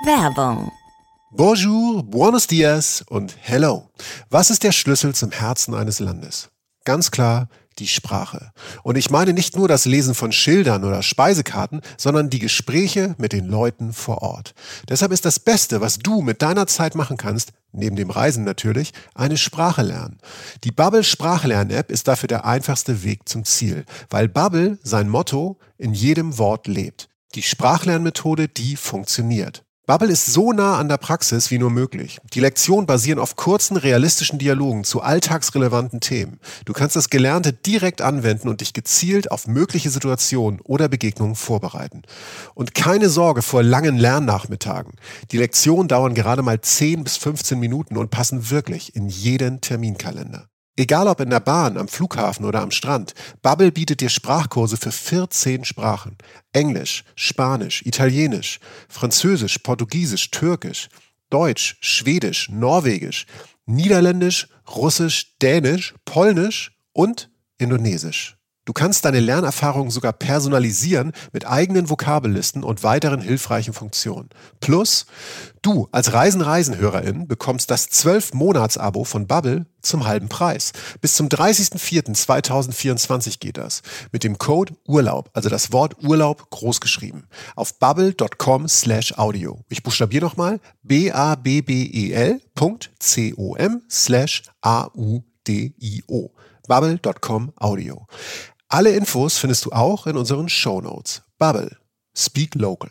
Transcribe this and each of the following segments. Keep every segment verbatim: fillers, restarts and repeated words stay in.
Werbung. Bonjour, buenos dias und hello. Was ist der Schlüssel zum Herzen eines Landes? Ganz klar, die Sprache. Und ich meine nicht nur das Lesen von Schildern oder Speisekarten, sondern die Gespräche mit den Leuten vor Ort. Deshalb ist das Beste, was du mit deiner Zeit machen kannst, neben dem Reisen natürlich, eine Sprache lernen. Die Babbel Sprachlern-App ist dafür der einfachste Weg zum Ziel, weil Babbel sein Motto in jedem Wort lebt. Die Sprachlernmethode, die funktioniert. Babbel ist so nah an der Praxis wie nur möglich. Die Lektionen basieren auf kurzen, realistischen Dialogen zu alltagsrelevanten Themen. Du kannst das Gelernte direkt anwenden und dich gezielt auf mögliche Situationen oder Begegnungen vorbereiten. Und keine Sorge vor langen Lernnachmittagen. Die Lektionen dauern gerade mal zehn bis fünfzehn Minuten und passen wirklich in jeden Terminkalender. Egal ob in der Bahn, am Flughafen oder am Strand, Babbel bietet dir Sprachkurse für vierzehn Sprachen. Englisch, Spanisch, Italienisch, Französisch, Portugiesisch, Türkisch, Deutsch, Schwedisch, Norwegisch, Niederländisch, Russisch, Dänisch, Polnisch und Indonesisch. Du kannst deine Lernerfahrungen sogar personalisieren mit eigenen Vokabellisten und weiteren hilfreichen Funktionen. Plus, du als Reisen-Reisen-Hörerin bekommst das zwölf Monats Abo von Babbel zum halben Preis. Bis zum dreißigsten vierten zweitausendvierundzwanzig geht das. Mit dem Code Urlaub, also das Wort Urlaub großgeschrieben. Auf babbel.com slash audio. Ich buchstabiere nochmal. B-A-B-B-E-L Punkt C-O-M slash A-U-D-I-O. babbel.com Audio. Alle Infos findest du auch in unseren Shownotes. Babbel. Speak Local.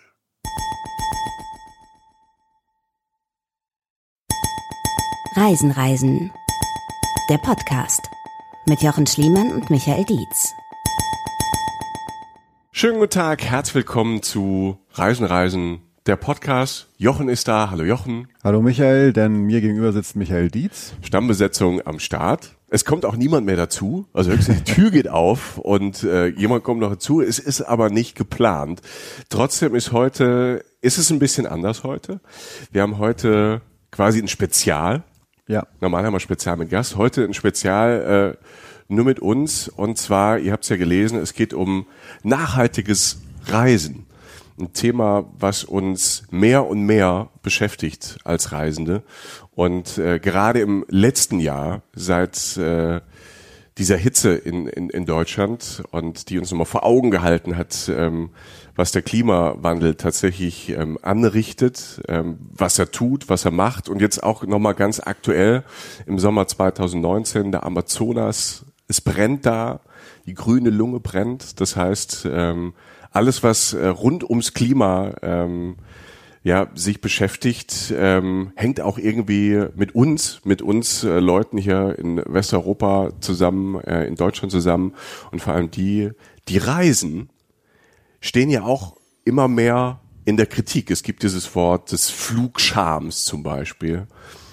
Reisen, Reisen. Der Podcast mit Jochen Schliemann und Michael Dietz. Schönen guten Tag, herzlich willkommen zu Reisen, Reisen. Der Podcast. Jochen ist da. Hallo Jochen. Hallo Michael, denn mir gegenüber sitzt Michael Dietz. Stammbesetzung am Start. Es kommt auch niemand mehr dazu. Also höchstens die Tür geht auf und äh, jemand kommt noch dazu. Es ist aber nicht geplant. Trotzdem ist heute, ist es ein bisschen anders heute. Wir haben heute quasi ein Spezial. Ja. Normal haben wir Spezial mit Gast. Heute ein Spezial äh, nur mit uns. Und zwar, ihr habt es ja gelesen, es geht um nachhaltiges Reisen. Ein Thema, was uns mehr und mehr beschäftigt als Reisende. Und äh, gerade im letzten Jahr, seit äh, dieser Hitze in, in, in Deutschland und die uns nochmal vor Augen gehalten hat, ähm, was der Klimawandel tatsächlich ähm, anrichtet, ähm, was er tut, was er macht. Und jetzt auch nochmal ganz aktuell im Sommer zweitausendneunzehn, der Amazonas, es brennt da, die grüne Lunge brennt. Das heißt, ähm, alles, was äh, rund ums Klima ähm, ja sich beschäftigt, ähm, hängt auch irgendwie mit uns, mit uns äh, Leuten hier in Westeuropa zusammen, äh, in Deutschland zusammen. Und vor allem die, die reisen, stehen ja auch immer mehr in der Kritik. Es gibt dieses Wort des Flugschams zum Beispiel.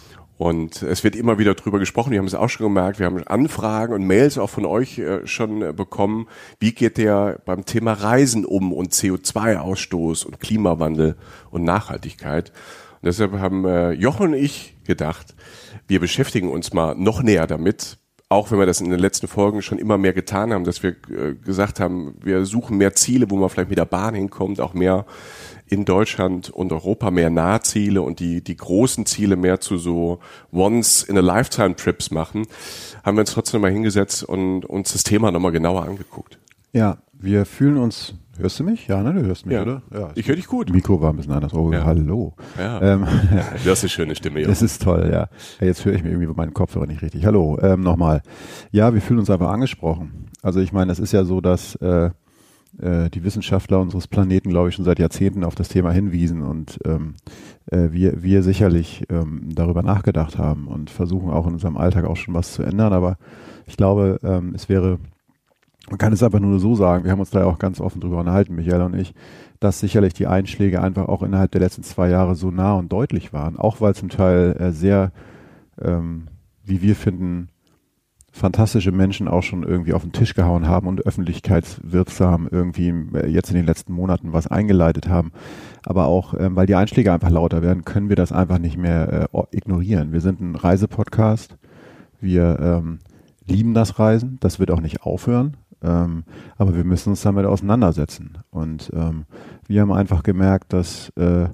Und es wird immer wieder drüber gesprochen. Wir haben es auch schon gemerkt. Wir haben Anfragen und Mails auch von euch äh, schon äh, bekommen. Wie geht der beim Thema Reisen um und C O zwei Ausstoß und Klimawandel und Nachhaltigkeit? Und deshalb haben äh, Jochen und ich gedacht, wir beschäftigen uns mal noch näher damit. Auch wenn wir das in den letzten Folgen schon immer mehr getan haben, dass wir äh, gesagt haben, wir suchen mehr Ziele, wo man vielleicht mit der Bahn hinkommt, auch mehr in Deutschland und Europa, mehr Nahziele und die die großen Ziele mehr zu so Once-in-a-Lifetime-Trips machen, haben wir uns trotzdem mal hingesetzt und uns das Thema nochmal genauer angeguckt. Ja, wir fühlen uns, hörst du mich? Ja, ne, du hörst mich, ja. oder? Ja, ich höre dich gut. Mikro war ein bisschen anders. Oh, ja. Hallo. Ja. Ähm, du hast eine schöne Stimme, Jochen. Das ist toll, ja. ja jetzt höre ich mir irgendwie bei meinen Kopfhörer nicht richtig. Hallo, ähm, nochmal. Ja, wir fühlen uns einfach angesprochen. Also ich meine, es ist ja so, dass äh, äh, die Wissenschaftler unseres Planeten, glaube ich, schon seit Jahrzehnten auf das Thema hinwiesen und ähm, äh, wir, wir sicherlich ähm, darüber nachgedacht haben und versuchen auch in unserem Alltag auch schon was zu ändern. Aber ich glaube, ähm, es wäre, man kann es einfach nur so sagen, wir haben uns da ja auch ganz offen drüber unterhalten, Michael und ich, dass sicherlich die Einschläge einfach auch innerhalb der letzten zwei Jahre so nah und deutlich waren, auch weil zum Teil äh, sehr, ähm, wie wir finden, fantastische Menschen auch schon irgendwie auf den Tisch gehauen haben und öffentlichkeitswirksam irgendwie äh, jetzt in den letzten Monaten was eingeleitet haben. Aber auch, ähm, weil die Einschläge einfach lauter werden, können wir das einfach nicht mehr äh, ignorieren. Wir sind ein Reisepodcast, wir ähm, lieben das Reisen, das wird auch nicht aufhören. Ähm, aber wir müssen uns damit auseinandersetzen. Und ähm, wir haben einfach gemerkt, dass, äh,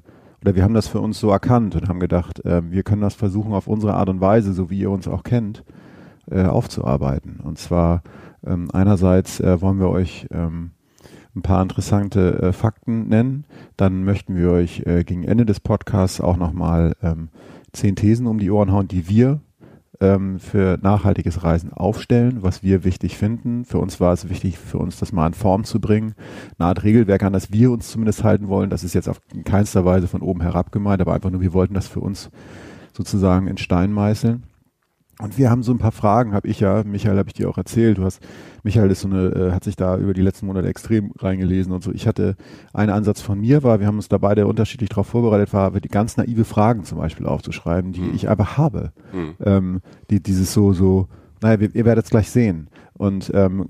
oder wir haben das für uns so erkannt und haben gedacht, äh, wir können das versuchen auf unsere Art und Weise, so wie ihr uns auch kennt, äh, aufzuarbeiten. Und zwar ähm, einerseits äh, wollen wir euch ähm, ein paar interessante äh, Fakten nennen, dann möchten wir euch äh, gegen Ende des Podcasts auch nochmal ähm, zehn Thesen um die Ohren hauen, die wir ähm, für nachhaltiges Reisen aufstellen, was wir wichtig finden. Für uns war es wichtig, für uns das mal in Form zu bringen, eine Art Regelwerk, an das wir uns zumindest halten wollen. Das ist jetzt auf in keinster Weise von oben herab gemeint, aber einfach nur, wir wollten das für uns sozusagen in Stein meißeln. Und wir haben so ein paar Fragen, habe ich ja, Michael, habe ich dir auch erzählt, du hast, Michael ist so eine, äh, hat sich da über die letzten Monate extrem reingelesen und so. Ich hatte, einen Ansatz von mir war, wir haben uns da beide unterschiedlich darauf vorbereitet, war, die ganz naive Fragen zum Beispiel aufzuschreiben, die mhm. ich einfach habe. Mhm. Ähm, die, dieses so, so, naja, wir, ihr werdet es gleich sehen. Und ähm,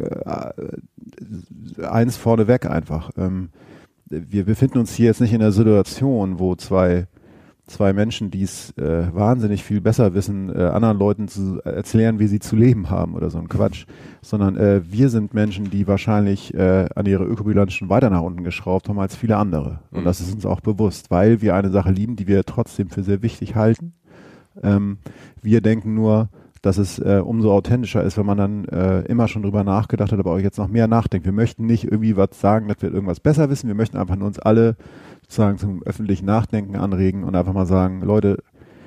äh, eins vorneweg einfach, ähm, wir befinden uns hier jetzt nicht in einer Situation, wo zwei zwei Menschen, die es äh, wahnsinnig viel besser wissen, äh, anderen Leuten zu erklären, wie sie zu leben haben oder so ein Quatsch, sondern äh, wir sind Menschen, die wahrscheinlich äh, an ihrer Ökobilanz schon weiter nach unten geschraubt haben als viele andere. Und mhm. das ist uns auch bewusst, weil wir eine Sache lieben, die wir trotzdem für sehr wichtig halten. Ähm, wir denken nur, dass es äh, umso authentischer ist, wenn man dann äh, immer schon drüber nachgedacht hat, aber auch jetzt noch mehr nachdenkt. Wir möchten nicht irgendwie was sagen, dass wir irgendwas besser wissen. Wir möchten einfach nur uns alle sozusagen zum öffentlichen Nachdenken anregen und einfach mal sagen, Leute,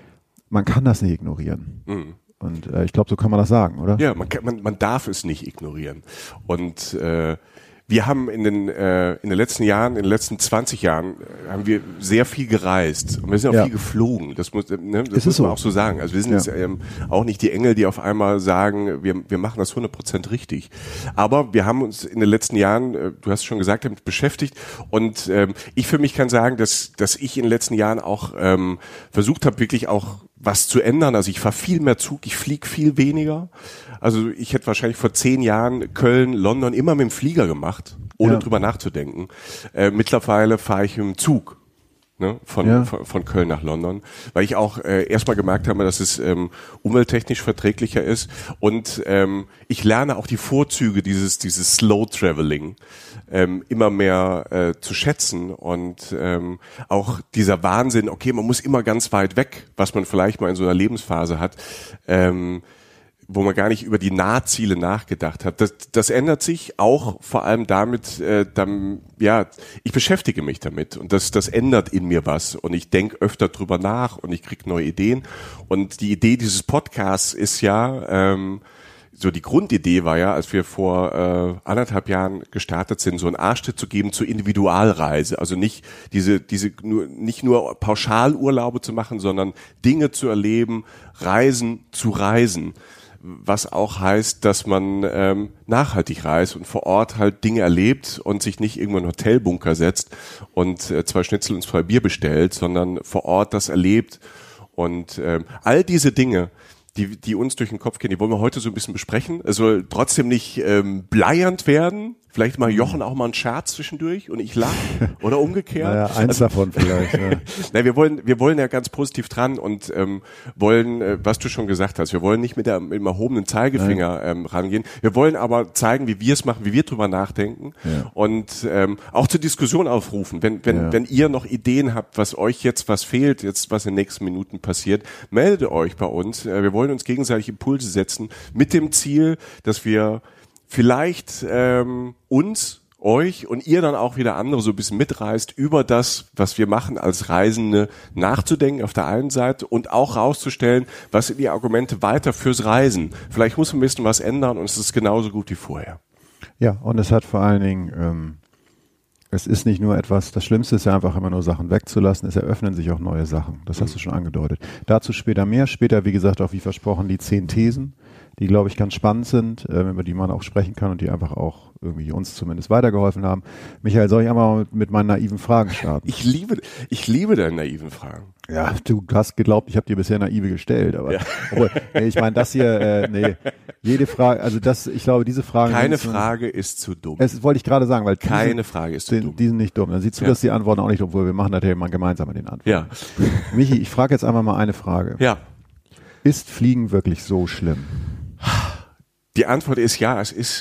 man kann das nicht ignorieren. Mhm. Und äh, ich glaube, so kann man das sagen, oder? Ja, man, kann, man, man darf es nicht ignorieren. Und äh, wir haben in den äh, in den letzten Jahren, in den letzten zwanzig Jahren, äh, haben wir sehr viel gereist und wir sind auch ja. viel geflogen. Das muss, ne, das muss man so. auch so sagen. Also wir sind ja. jetzt ähm, auch nicht die Engel, die auf einmal sagen, wir wir machen das hundert Prozent richtig. Aber wir haben uns in den letzten Jahren, äh, du hast es schon gesagt, damit beschäftigt. Und ähm, ich für mich kann sagen, dass dass ich in den letzten Jahren auch ähm, versucht habe, wirklich auch was zu ändern. Also ich fahre viel mehr Zug, ich fliege viel weniger. Also ich hätte wahrscheinlich vor zehn Jahren Köln, London immer mit dem Flieger gemacht, ohne ja. drüber nachzudenken. Äh, mittlerweile fahre ich im Zug, ne, von, ja. von von Köln nach London, weil ich auch äh, erstmal gemerkt habe, dass es ähm, umwelttechnisch verträglicher ist und ähm, ich lerne auch die Vorzüge dieses dieses Slow Traveling ähm, immer mehr äh, zu schätzen und ähm, auch dieser Wahnsinn, okay, man muss immer ganz weit weg, was man vielleicht mal in so einer Lebensphase hat, ähm, wo man gar nicht über die Nahziele nachgedacht hat. Das, das ändert sich auch vor allem damit, äh, dann, ja, ich beschäftige mich damit und das, das ändert in mir was und ich denke öfter drüber nach und ich kriege neue Ideen und die Idee dieses Podcasts ist ja, ähm, so die Grundidee war ja, als wir vor äh, anderthalb Jahren gestartet sind, so einen Arschtritt zu geben zur Individualreise. Also nicht diese, diese nur, nicht nur Pauschalurlaube zu machen, sondern Dinge zu erleben, Reisen zu reisen. Was auch heißt, dass man ähm, nachhaltig reist und vor Ort halt Dinge erlebt und sich nicht irgendwo in einen Hotelbunker setzt und äh, zwei Schnitzel und zwei Bier bestellt, sondern vor Ort das erlebt. Und ähm, all diese Dinge, die, die uns durch den Kopf gehen, die wollen wir heute so ein bisschen besprechen. Es soll trotzdem nicht ähm, bleiernd werden. Vielleicht mal Jochen auch mal einen Scherz zwischendurch und ich lache oder umgekehrt. Naja, eins also, davon vielleicht. Ja. Nein, wir wollen, wir wollen ja ganz positiv dran und ähm, wollen, äh, was du schon gesagt hast, wir wollen nicht mit, der, mit dem erhobenen Zeigefinger ähm, rangehen. Wir wollen aber zeigen, wie wir es machen, wie wir drüber nachdenken ja. und ähm, auch zur Diskussion aufrufen. Wenn, wenn, ja. wenn ihr noch Ideen habt, was euch jetzt was fehlt, jetzt was in den nächsten Minuten passiert, meldet euch bei uns. Äh, wir wollen uns gegenseitig Impulse setzen mit dem Ziel, dass wir vielleicht ähm, uns, euch und ihr dann auch wieder andere so ein bisschen mitreißt, über das, was wir machen als Reisende, nachzudenken auf der einen Seite und auch rauszustellen, was sind die Argumente weiter fürs Reisen. Vielleicht muss man ein bisschen was ändern und es ist genauso gut wie vorher. Ja, und es hat vor allen Dingen, ähm, es ist nicht nur etwas, das Schlimmste ist ja einfach immer nur Sachen wegzulassen, es eröffnen sich auch neue Sachen. Das hast du schon angedeutet. Dazu später mehr, später wie gesagt auch wie versprochen die zehn Thesen, die, glaube ich, ganz spannend sind, äh, über die man auch sprechen kann und die einfach auch irgendwie uns zumindest weitergeholfen haben. Michael, soll ich einmal mit, mit meinen naiven Fragen starten? Ich liebe, ich liebe deine naiven Fragen. Ja, du hast geglaubt, ich habe dir bisher naive gestellt, aber ja. obwohl, nee, ich meine, das hier, äh, nee, jede Frage, also das, ich glaube, diese Fragen. Keine sind, Frage ist zu dumm. Das wollte ich gerade sagen, weil keine diese, Frage ist zu die, dumm. Die sind nicht dumm. Dann siehst du, ja. dass die Antworten auch nicht dumm, obwohl wir machen natürlich mal gemeinsam mit den Antworten. Ja. Michi, ich frage jetzt einmal mal eine Frage. Ja. Ist Fliegen wirklich so schlimm? Die Antwort ist ja, es ist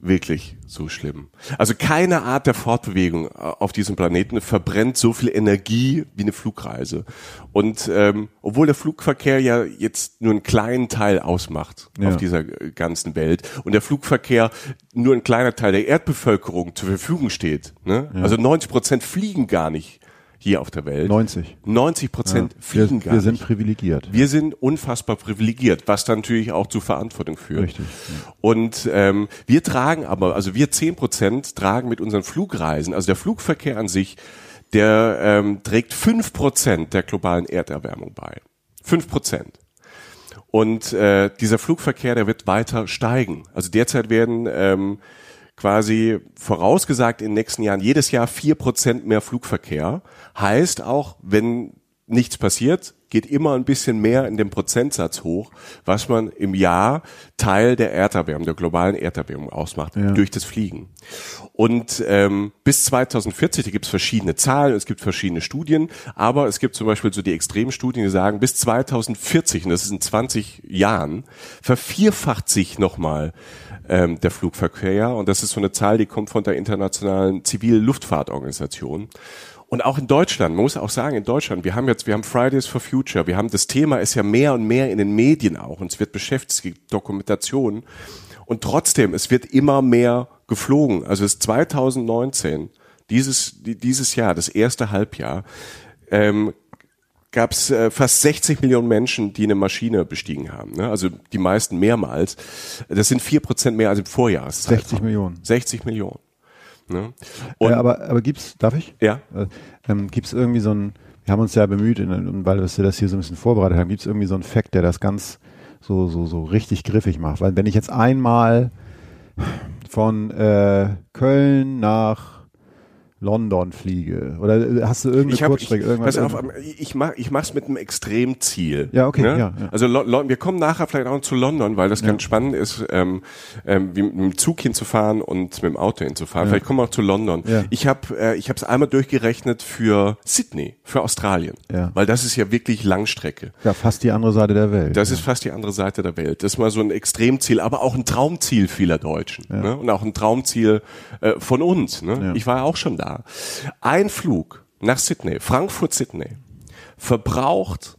wirklich so schlimm. Also keine Art der Fortbewegung auf diesem Planeten verbrennt so viel Energie wie eine Flugreise. Und ähm, obwohl der Flugverkehr ja jetzt nur einen kleinen Teil ausmacht ja. auf dieser ganzen Welt und der Flugverkehr nur ein kleiner Teil der Erdbevölkerung zur Verfügung steht, ne? Ja. Also neunzig Prozent fliegen gar nicht hier auf der Welt. neunzig. neunzig Prozent ja, fliegen wir, gar wir nicht. Wir sind privilegiert. Wir sind unfassbar privilegiert, was dann natürlich auch zu Verantwortung führt. Richtig. Ja. Und ähm, wir tragen aber, also wir zehn Prozent tragen mit unseren Flugreisen, also der Flugverkehr an sich, der ähm, trägt fünf Prozent der globalen Erderwärmung bei. fünf Prozent. Und äh, dieser Flugverkehr, der wird weiter steigen. Also derzeit werden ähm, quasi vorausgesagt in den nächsten Jahren jedes Jahr vier Prozent mehr Flugverkehr. Heißt auch, wenn nichts passiert, geht immer ein bisschen mehr in den Prozentsatz hoch, was man im Jahr Teil der Erderwärmung, der globalen Erderwärmung ausmacht, ja. durch das Fliegen. Und ähm, bis zweitausendvierzig, da gibt es verschiedene Zahlen, es gibt verschiedene Studien, aber es gibt zum Beispiel so die Extremstudien, die sagen, bis zweitausendvierzig, und das ist in zwanzig Jahren, vervierfacht sich nochmal ähm, der Flugverkehr. Und das ist so eine Zahl, die kommt von der Internationalen Zivil-Luftfahrtorganisation. Und auch in Deutschland, man muss auch sagen, in Deutschland, wir haben jetzt, wir haben Fridays for Future, wir haben, das Thema ist ja mehr und mehr in den Medien auch, und es wird beschäftigt, es gibt Dokumentationen. Und trotzdem, es wird immer mehr geflogen. Also es ist zweitausendneunzehn, dieses, dieses Jahr, das erste Halbjahr, ähm, gab es äh, fast sechzig Millionen Menschen, die eine Maschine bestiegen haben. Ne? Also die meisten mehrmals. Das sind vier Prozent mehr als im Vorjahreszeitraum. sechzig Millionen. sechzig Millionen. Ne? Und, äh, aber, aber gibt's, darf ich? Ja. Äh, ähm, gibt's irgendwie so ein, wir haben uns ja bemüht, in, weil wir das hier so ein bisschen vorbereitet haben, gibt's irgendwie so einen Fact, der das ganz so, so, so richtig griffig macht? Weil wenn ich jetzt einmal von äh, Köln nach London fliege, oder hast du irgendeine ich hab, Kurzstrecke? Ich, irgendwas, pass auf, ich mach, ich mach's mit einem Extremziel. Ja, okay. Ne? Ja, ja. Also Lo, wir kommen nachher vielleicht auch zu London, weil das ja. ganz spannend ist, ähm, ähm, wie mit dem Zug hinzufahren und mit dem Auto hinzufahren. Ja. Vielleicht kommen wir auch zu London. Ja. Ich habe äh, ich habe es einmal durchgerechnet für Sydney, für Australien, ja. weil das ist ja wirklich Langstrecke. Ja, fast die andere Seite der Welt. Das ja. ist fast die andere Seite der Welt. Das ist mal so ein Extremziel, aber auch ein Traumziel vieler Deutschen. Ja. Ne? Und auch ein Traumziel äh, von uns. Ne? Ja. Ich war ja auch schon da. Ein Flug nach Sydney, Frankfurt-Sydney, verbraucht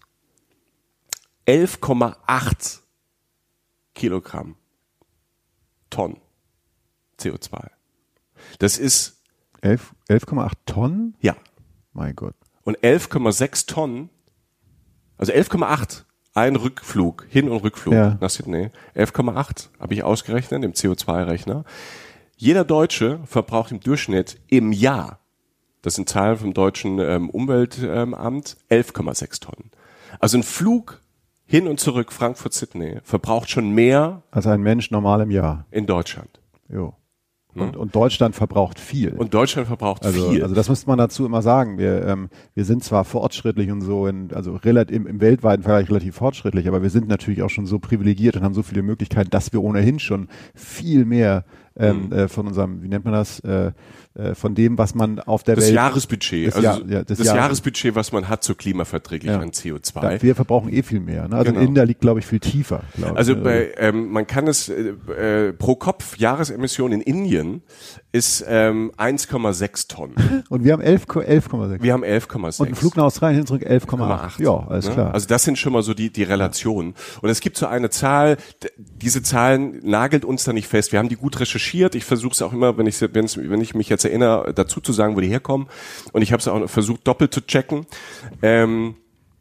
elf Komma acht Kilogramm Tonnen C O zwei. Das ist elf Komma acht Tonnen? Ja. Mein Gott. Und elf Komma sechs Tonnen, also elf Komma acht, ein Rückflug, Hin- und Rückflug ja. nach Sydney, elf Komma acht habe ich ausgerechnet im C O zwei Rechner. Jeder Deutsche verbraucht im Durchschnitt im Jahr, das sind Zahlen vom deutschen ähm, Umweltamt, elf Komma sechs Tonnen. Also ein Flug hin und zurück Frankfurt-Sydney verbraucht schon mehr als ein Mensch normal im Jahr in Deutschland. Jo. Und, und Deutschland verbraucht viel. Und Deutschland verbraucht also, viel. Also das müsste man dazu immer sagen. Wir, ähm, wir sind zwar fortschrittlich und so, in, also relativ, im, im weltweiten Vergleich relativ fortschrittlich, aber wir sind natürlich auch schon so privilegiert und haben so viele Möglichkeiten, dass wir ohnehin schon viel mehr ähm, mhm. äh, von unserem, wie nennt man das, äh, äh, von dem, was man auf der das Welt... Jahresbudget, das also Jahr, ja, das das Jahr, Jahresbudget, was man hat zur klimaverträglicheren ja. C O zwei. Da, wir verbrauchen eh viel mehr. Ne? Also genau. in India liegt, glaube ich, viel tiefer. Glaub also ich. bei, ähm, man kann es äh, äh, pro Kopf Jahresemission in Indien ist ähm, eins Komma sechs Tonnen. Und wir haben elf Komma sechs. Wir haben elf Komma sechs. Und ein Flug nach Australien hin zurück elf Komma acht. Ja, alles ne? klar. Also das sind schon mal so die die Relationen. Und es gibt so eine Zahl, d- diese Zahlen nagelt uns da nicht fest. Wir haben die gut recherchiert. Ich versuche es auch immer, wenn ich wenn's, wenn ich mich jetzt erinnere, dazu zu sagen, wo die herkommen. Und ich habe es auch versucht doppelt zu checken. Ähm,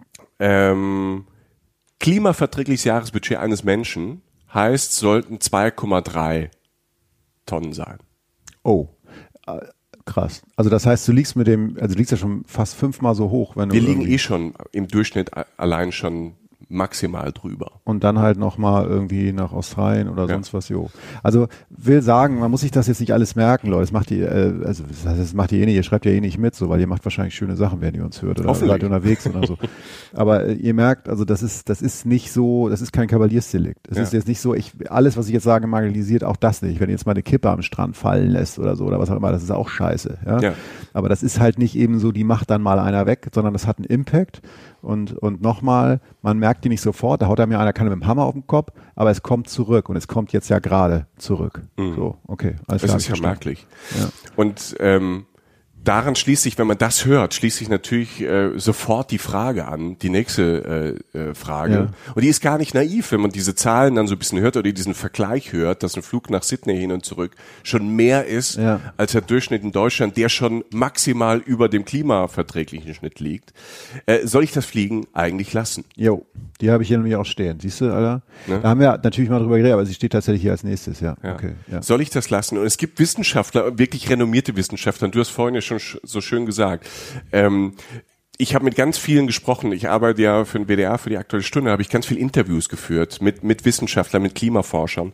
ähm, klimaverträgliches Jahresbudget eines Menschen heißt, sollten zwei Komma drei Tonnen sein. Oh, äh, krass. Also das heißt, du liegst mit dem, also du liegst ja schon fast fünfmal so hoch, wenn du. Wir liegen eh schon im Durchschnitt allein schon maximal drüber. Und dann halt nochmal irgendwie nach Australien oder ja. sonst was, jo. Also will sagen, man muss sich das jetzt nicht alles merken, Leute. Das macht ihr, äh, also das macht ihr eh nicht, ihr schreibt ja eh nicht mit, so, weil ihr macht wahrscheinlich schöne Sachen, wenn ihr uns hört oder seid unterwegs oder so. Aber äh, ihr merkt, also das ist, das ist nicht so, das ist kein Kavaliersdelikt. Es ja. ist jetzt nicht so, ich, alles, was ich jetzt sage, marginalisiert auch das nicht. Wenn ihr jetzt mal eine Kippe am Strand fallen lässt oder so oder was auch immer, das ist auch scheiße, ja. ja. Aber das ist halt nicht eben so, die macht dann mal einer weg, sondern das hat einen Impact. Und, und nochmal, man merkt die nicht sofort, da haut er mir einer Kanne mit dem Hammer auf den Kopf, aber es kommt zurück und es kommt jetzt ja gerade zurück. Mhm. So, okay. Alles klar, das ist ja merklich. Ja. Und ähm, daran schließt sich, wenn man das hört, schließt sich natürlich äh, sofort die Frage an, die nächste äh, äh, Frage. Ja. Und die ist gar nicht naiv, wenn man diese Zahlen dann so ein bisschen hört oder diesen Vergleich hört, dass ein Flug nach Sydney hin und zurück schon mehr ist ja. als der Durchschnitt in Deutschland, der schon maximal über dem klimaverträglichen Schnitt liegt. Äh, soll ich das Fliegen eigentlich lassen? Jo, die habe ich hier nämlich auch stehen. Siehst du, Alter? Ne? Da haben wir natürlich mal drüber geredet, aber sie steht tatsächlich hier als nächstes, ja. ja. Okay, ja. Soll ich das lassen? Und es gibt Wissenschaftler, wirklich renommierte Wissenschaftler, und du hast vorhin ja schon so schön gesagt. Ähm, ich habe mit ganz vielen gesprochen. Ich arbeite ja für den W D R, für die Aktuelle Stunde, habe ich ganz viele Interviews geführt mit mit Wissenschaftlern, mit Klimaforschern,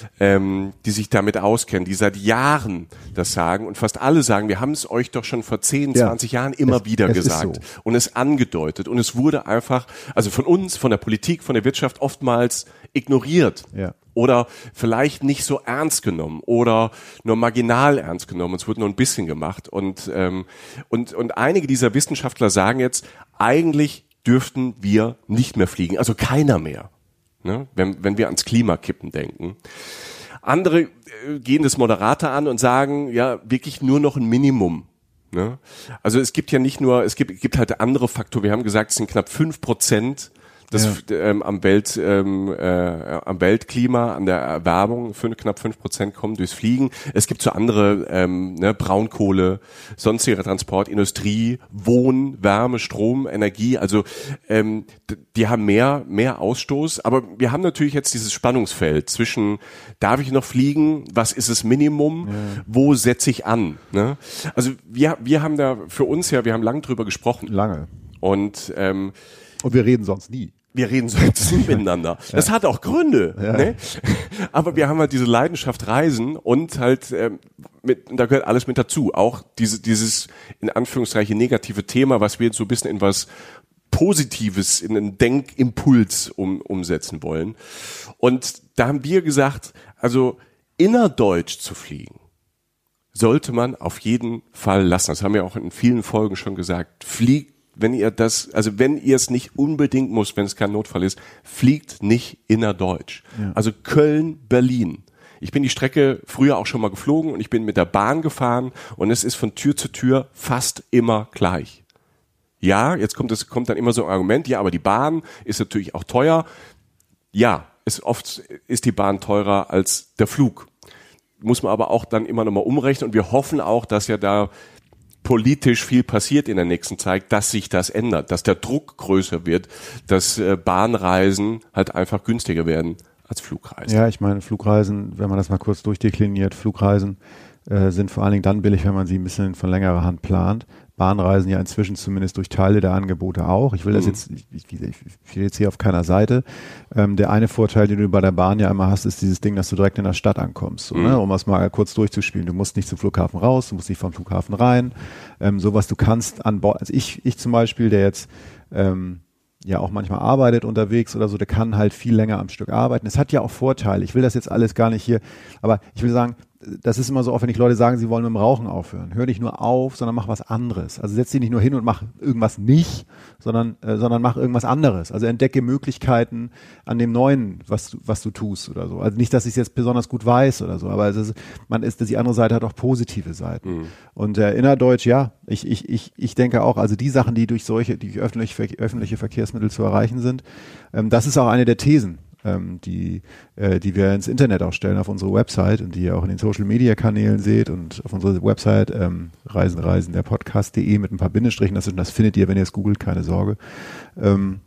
ähm, die sich damit auskennen, die seit Jahren das sagen. Und fast alle sagen, wir haben es euch doch schon vor zehn, ja. zwanzig Jahren immer es, wieder es gesagt so. Und es angedeutet. Und es wurde einfach, also von uns, von der Politik, von der Wirtschaft oftmals ignoriert. Ja. Oder vielleicht nicht so ernst genommen oder nur marginal ernst genommen. Es wurde nur ein bisschen gemacht. Und, ähm, und, und einige dieser Wissenschaftler sagen jetzt, eigentlich dürften wir nicht mehr fliegen. Also keiner mehr, ne? wenn, wenn wir ans Klimakippen denken. Andere äh, gehen das moderater an und sagen, ja, wirklich nur noch ein Minimum. Ne? Also es gibt ja nicht nur, es gibt, gibt halt andere Faktoren. Wir haben gesagt, es sind knapp fünf Prozent Das ja. ähm, am Welt ähm, äh, am Weltklima, an der Erwärmung für knapp fünf Prozent kommen durchs Fliegen. Es gibt so andere ähm, ne, Braunkohle, sonstiger Transport, Industrie, Wohn, Wärme, Strom, Energie. Also ähm, die haben mehr mehr Ausstoß. Aber wir haben natürlich jetzt dieses Spannungsfeld zwischen: Darf ich noch fliegen? Was ist das Minimum? Ja. Wo setze ich an? Ne? Also wir wir haben da für uns ja, wir haben lange drüber gesprochen. Lange. Und ähm, und wir reden sonst nie. Wir reden sonst nie miteinander. Das ja. hat auch Gründe, ja. ne? Aber wir haben halt diese Leidenschaft Reisen und halt ähm, mit, da gehört alles mit dazu. Auch diese, dieses in Anführungszeichen negative Thema, was wir jetzt so ein bisschen in was Positives, in einen Denkimpuls um, umsetzen wollen. Und da haben wir gesagt, also innerdeutsch zu fliegen sollte man auf jeden Fall lassen. Das haben wir auch in vielen Folgen schon gesagt. Fliegt, wenn ihr das, also wenn ihr es nicht unbedingt müsst, wenn es kein Notfall ist, fliegt nicht innerdeutsch. Ja. Also Köln, Berlin. Ich bin die Strecke früher auch schon mal geflogen und ich bin mit der Bahn gefahren und es ist von Tür zu Tür fast immer gleich. Ja, jetzt kommt es kommt dann immer so ein Argument, ja, aber die Bahn ist natürlich auch teuer. Ja, ist oft ist die Bahn teurer als der Flug. Muss man aber auch dann immer nochmal umrechnen und wir hoffen auch, dass ja da politisch viel passiert in der nächsten Zeit, dass sich das ändert, dass der Druck größer wird, dass äh, Bahnreisen halt einfach günstiger werden als Flugreisen. Ja, ich meine, Flugreisen, wenn man das mal kurz durchdekliniert, Flugreisen äh, sind vor allen Dingen dann billig, wenn man sie ein bisschen von längerer Hand plant. Bahnreisen ja inzwischen zumindest durch Teile der Angebote auch. Ich will das jetzt, ich, ich, ich will jetzt hier auf keiner Seite. Ähm, der eine Vorteil, den du bei der Bahn ja immer hast, ist dieses Ding, dass du direkt in der Stadt ankommst. So, mhm. ne? Um das mal kurz durchzuspielen. Du musst nicht zum Flughafen raus, du musst nicht vom Flughafen rein. Ähm, sowas du kannst an Bord. Also ich, ich zum Beispiel, der jetzt ähm, ja auch manchmal arbeitet unterwegs oder so, der kann halt viel länger am Stück arbeiten. Es hat ja auch Vorteile. Ich will das jetzt alles gar nicht hier, aber ich will sagen, das ist immer so oft, wenn ich Leute sagen, sie wollen mit dem Rauchen aufhören. Hör nicht nur auf, sondern mach was anderes. Also setz dich nicht nur hin und mach irgendwas nicht, sondern äh, sondern mach irgendwas anderes. Also entdecke Möglichkeiten an dem Neuen, was du, was du tust oder so. Also nicht, dass ich es jetzt besonders gut weiß oder so, aber es ist, man ist, die andere Seite hat auch positive Seiten. Mhm. Und äh, innerdeutsch, ja, ich ich ich ich denke auch, also die Sachen, die durch solche, die öffentliche öffentliche Verkehrsmittel zu erreichen sind, ähm, das ist auch eine der Thesen, Ähm, die, äh, die wir ins Internet auch stellen auf unsere Website und die ihr auch in den Social-Media-Kanälen seht und auf unserer Website ähm, reisen, reisen, der Podcast punkt de mit ein paar Bindestrichen, das, das findet ihr, wenn ihr es googelt, keine Sorge. Ähm,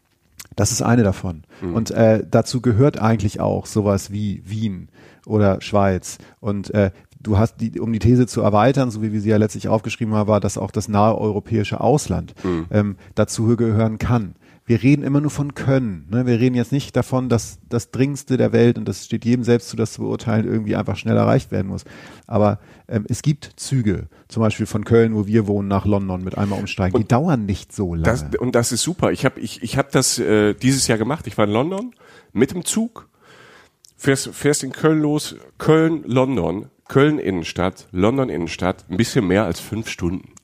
das ist eine davon. Mhm. Und äh, dazu gehört eigentlich auch sowas wie Wien oder Schweiz und äh, du hast die, um die These zu erweitern, so wie wir sie ja letztlich aufgeschrieben haben, war, dass auch das nahe europäische Ausland mhm. ähm, dazu gehören kann. Wir reden immer nur von Können. Ne? Wir reden jetzt nicht davon, dass das Dringendste der Welt, und das steht jedem selbst zu, das zu beurteilen, irgendwie einfach schnell erreicht werden muss. Aber ähm, es gibt Züge, zum Beispiel von Köln, wo wir wohnen, nach London mit einmal umsteigen. Und die dauern nicht so lange. Das, und das ist super. Ich habe ich, ich hab das äh, dieses Jahr gemacht. Ich war in London mit dem Zug. Fährst, fährst in Köln los, Köln, London, Köln Innenstadt, London Innenstadt, ein bisschen mehr als fünf Stunden.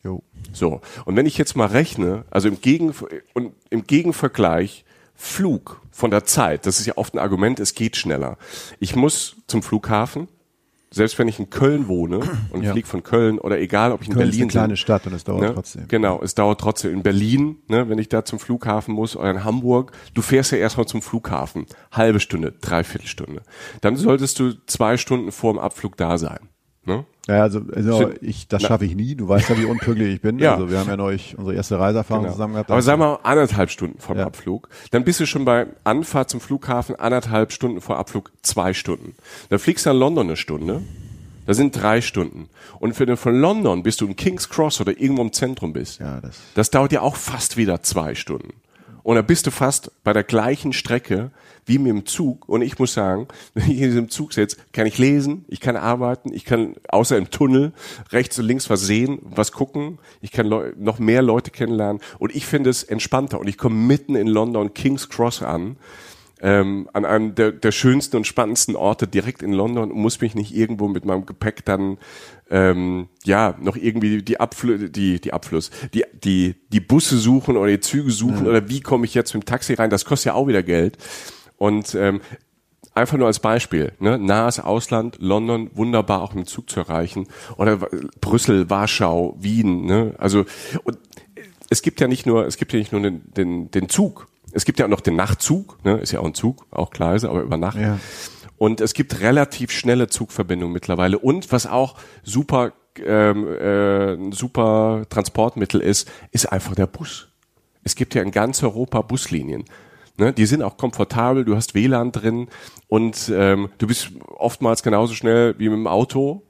Jo. So. Und wenn ich jetzt mal rechne, also im Gegen, und im Gegenvergleich Flug von der Zeit, das ist ja oft ein Argument, es geht schneller. Ich muss zum Flughafen, selbst wenn ich in Köln wohne und ja. fliege von Köln oder egal, ob ich in Köln Berlin ist eine kleine bin, Stadt und es dauert ne? trotzdem. Genau, es dauert trotzdem. In Berlin, ne, wenn ich da zum Flughafen muss oder in Hamburg, du fährst ja erstmal zum Flughafen, halbe Stunde, dreiviertel Stunde. Dann solltest du zwei Stunden vor dem Abflug da sein. Ne? Ja, also, also ich, das schaffe ich nie. Du weißt ja, wie unpünktlich ich bin. Ja. Also wir haben ja neulich unsere erste Reiseerfahrung Genau. zusammen gehabt. Aber sag mal anderthalb Stunden vor dem Ja. Abflug. Dann bist du schon bei Anfahrt zum Flughafen anderthalb Stunden vor Abflug zwei Stunden. Dann fliegst du nach London eine Stunde. Da sind drei Stunden. Und wenn du von London bis du in King's Cross oder irgendwo im Zentrum bist, Ja, das- das dauert ja auch fast wieder zwei Stunden. Und da bist du fast bei der gleichen Strecke wie mit dem Zug. Und ich muss sagen, wenn ich in diesem Zug sitze, kann ich lesen, ich kann arbeiten, ich kann außer im Tunnel rechts und links was sehen, was gucken. Ich kann Leu- noch mehr Leute kennenlernen. Und ich finde es entspannter. Und ich komme mitten in London, King's Cross an. Ähm, an einem der, der schönsten und spannendsten Orte direkt in London und muss mich nicht irgendwo mit meinem Gepäck dann ähm, ja noch irgendwie die Abflü die die Abfluss die die die Busse suchen oder die Züge suchen, ja. Oder wie komme ich jetzt mit dem Taxi rein? Das kostet ja auch wieder Geld. Und ähm, einfach nur als Beispiel, ne? Nahes Ausland, London, wunderbar auch mit dem Zug zu erreichen, oder Brüssel, Warschau, Wien, ne? Also und es gibt ja nicht nur es gibt ja nicht nur den den, den Zug. Es gibt ja auch noch den Nachtzug, ne? Ist ja auch ein Zug, auch Gleise, aber über Nacht. Ja. Und es gibt relativ schnelle Zugverbindungen mittlerweile. Und was auch super, ähm, äh, ein super Transportmittel ist, ist einfach der Bus. Es gibt ja in ganz Europa Buslinien. Ne? Die sind auch komfortabel, du hast W L A N drin und ähm, du bist oftmals genauso schnell wie mit dem Auto.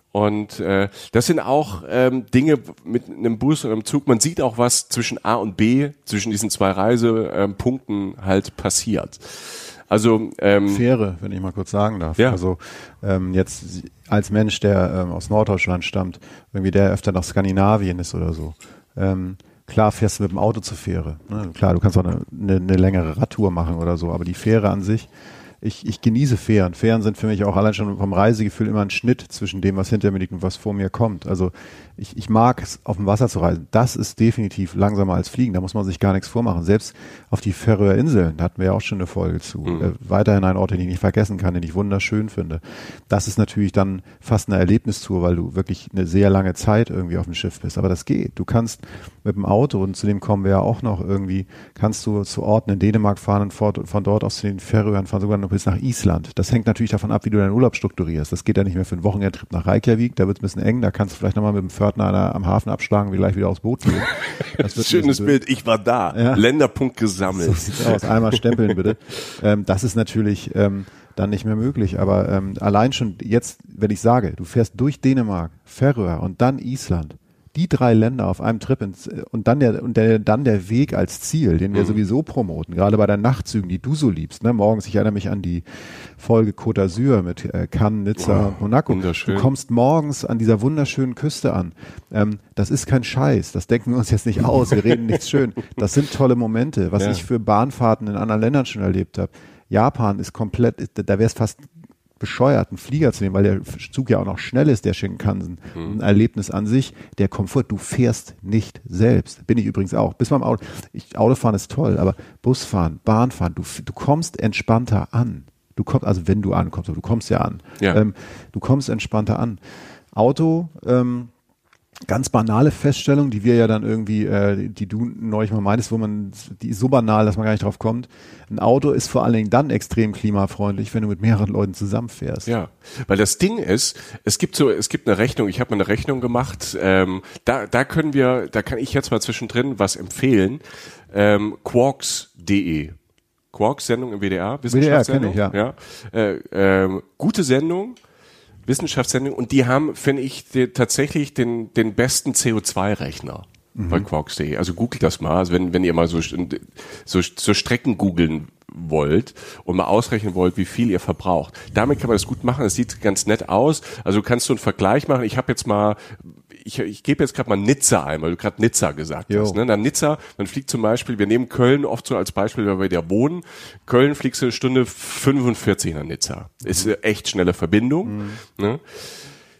Und äh, das sind auch ähm, Dinge mit einem Bus oder einem Zug. Man sieht auch, was zwischen A und B, zwischen diesen zwei Reisepunkten ähm, halt passiert. Also ähm, Fähre, wenn ich mal kurz sagen darf. Ja. Also ähm, jetzt als Mensch, der ähm, aus Norddeutschland stammt, irgendwie der öfter nach Skandinavien ist oder so. Ähm, klar fährst du mit dem Auto zur Fähre. Ne? Klar, du kannst auch eine, eine, eine längere Radtour machen oder so, aber die Fähre an sich, Ich, ich genieße Fähren. Fähren sind für mich auch allein schon vom Reisegefühl immer ein Schnitt zwischen dem, was hinter mir liegt und was vor mir kommt. Also ich, ich mag es, auf dem Wasser zu reisen. Das ist definitiv langsamer als Fliegen. Da muss man sich gar nichts vormachen. Selbst auf die Färöer Inseln, da hatten wir ja auch schon eine Folge zu. Mhm. Äh, weiterhin ein Ort, den ich nicht vergessen kann, den ich wunderschön finde. Das ist natürlich dann fast eine Erlebnistour, weil du wirklich eine sehr lange Zeit irgendwie auf dem Schiff bist. Aber das geht. Du kannst mit dem Auto, und zu dem kommen wir ja auch noch irgendwie, kannst du zu Orten in Dänemark fahren und von dort aus zu den Färöern fahren, sogar noch bis nach Island. Das hängt natürlich davon ab, wie du deinen Urlaub strukturierst. Das geht ja nicht mehr für einen Wochenendtrip nach Reykjavik, da wird es ein bisschen eng, da kannst du vielleicht nochmal mit dem Pförtner am Hafen abschlagen, wie gleich wieder aufs Boot gehen. Das wird schönes Bild, ich war da. Ja. Länderpunkt gesammelt. So sieht's aus. Einmal stempeln bitte. Ähm, das ist natürlich ähm, dann nicht mehr möglich, aber ähm, allein schon jetzt, wenn ich sage, du fährst durch Dänemark, Färöer und dann Island, die drei Länder auf einem Trip ins, und dann der und der dann der Weg als Ziel, den wir mhm. sowieso promoten, gerade bei deinen Nachtzügen, die du so liebst. Ne? Morgens, ich erinnere mich an die Folge Côte d'Azur mit äh, Cannes, Nizza oh, und Monaco. Du kommst morgens an dieser wunderschönen Küste an. Ähm, das ist kein Scheiß, das denken wir uns jetzt nicht aus, wir reden nichts schön. Das sind tolle Momente, was ja. ich für Bahnfahrten in anderen Ländern schon erlebt habe. Japan ist komplett, da wäre es fast bescheuert, einen Flieger zu nehmen, weil der Zug ja auch noch schnell ist, der Shinkansen. Mhm. Ein Erlebnis an sich, der Komfort, du fährst nicht selbst. Bin ich übrigens auch. Bis beim Auto. Ich, Autofahren ist toll, aber Busfahren, Bahnfahren, du, du kommst entspannter an. Du kommst, also wenn du ankommst, aber du kommst ja an. Ja. Ähm, du kommst entspannter an. Auto, ähm, ganz banale Feststellung, die wir ja dann irgendwie, äh, die du neulich mal meintest, wo man, die ist so banal, dass man gar nicht drauf kommt. Ein Auto ist vor allen Dingen dann extrem klimafreundlich, wenn du mit mehreren Leuten zusammenfährst. Ja, weil das Ding ist, es gibt so, es gibt eine Rechnung, ich habe mal eine Rechnung gemacht, ähm, da, da können wir, da kann ich jetzt mal zwischendrin was empfehlen, ähm, quarks punkt de. Quarks, Sendung im W D R, Wissenschaftssendung. W D R kenne ich, ja. ja äh, äh, gute Sendung. Wissenschaftssendung, und die haben, finde ich, die, tatsächlich den, den besten C O zwei Rechner mhm. bei quarks punkt de. Also googelt das mal, also wenn, wenn ihr mal so, so, so Strecken googeln wollt und mal ausrechnen wollt, wie viel ihr verbraucht. Damit kann man das gut machen, das sieht ganz nett aus. Also du kannst so einen Vergleich machen. Ich habe jetzt mal, ich, ich gebe jetzt gerade mal Nizza ein, weil du gerade Nizza gesagt jo. hast. Ne? Dann Nizza, man fliegt zum Beispiel, wir nehmen Köln oft so als Beispiel, weil wir da wohnen. Köln fliegst du eine Stunde fünfundvierzig nach Nizza. Ist eine echt schnelle Verbindung. Mhm. Ne?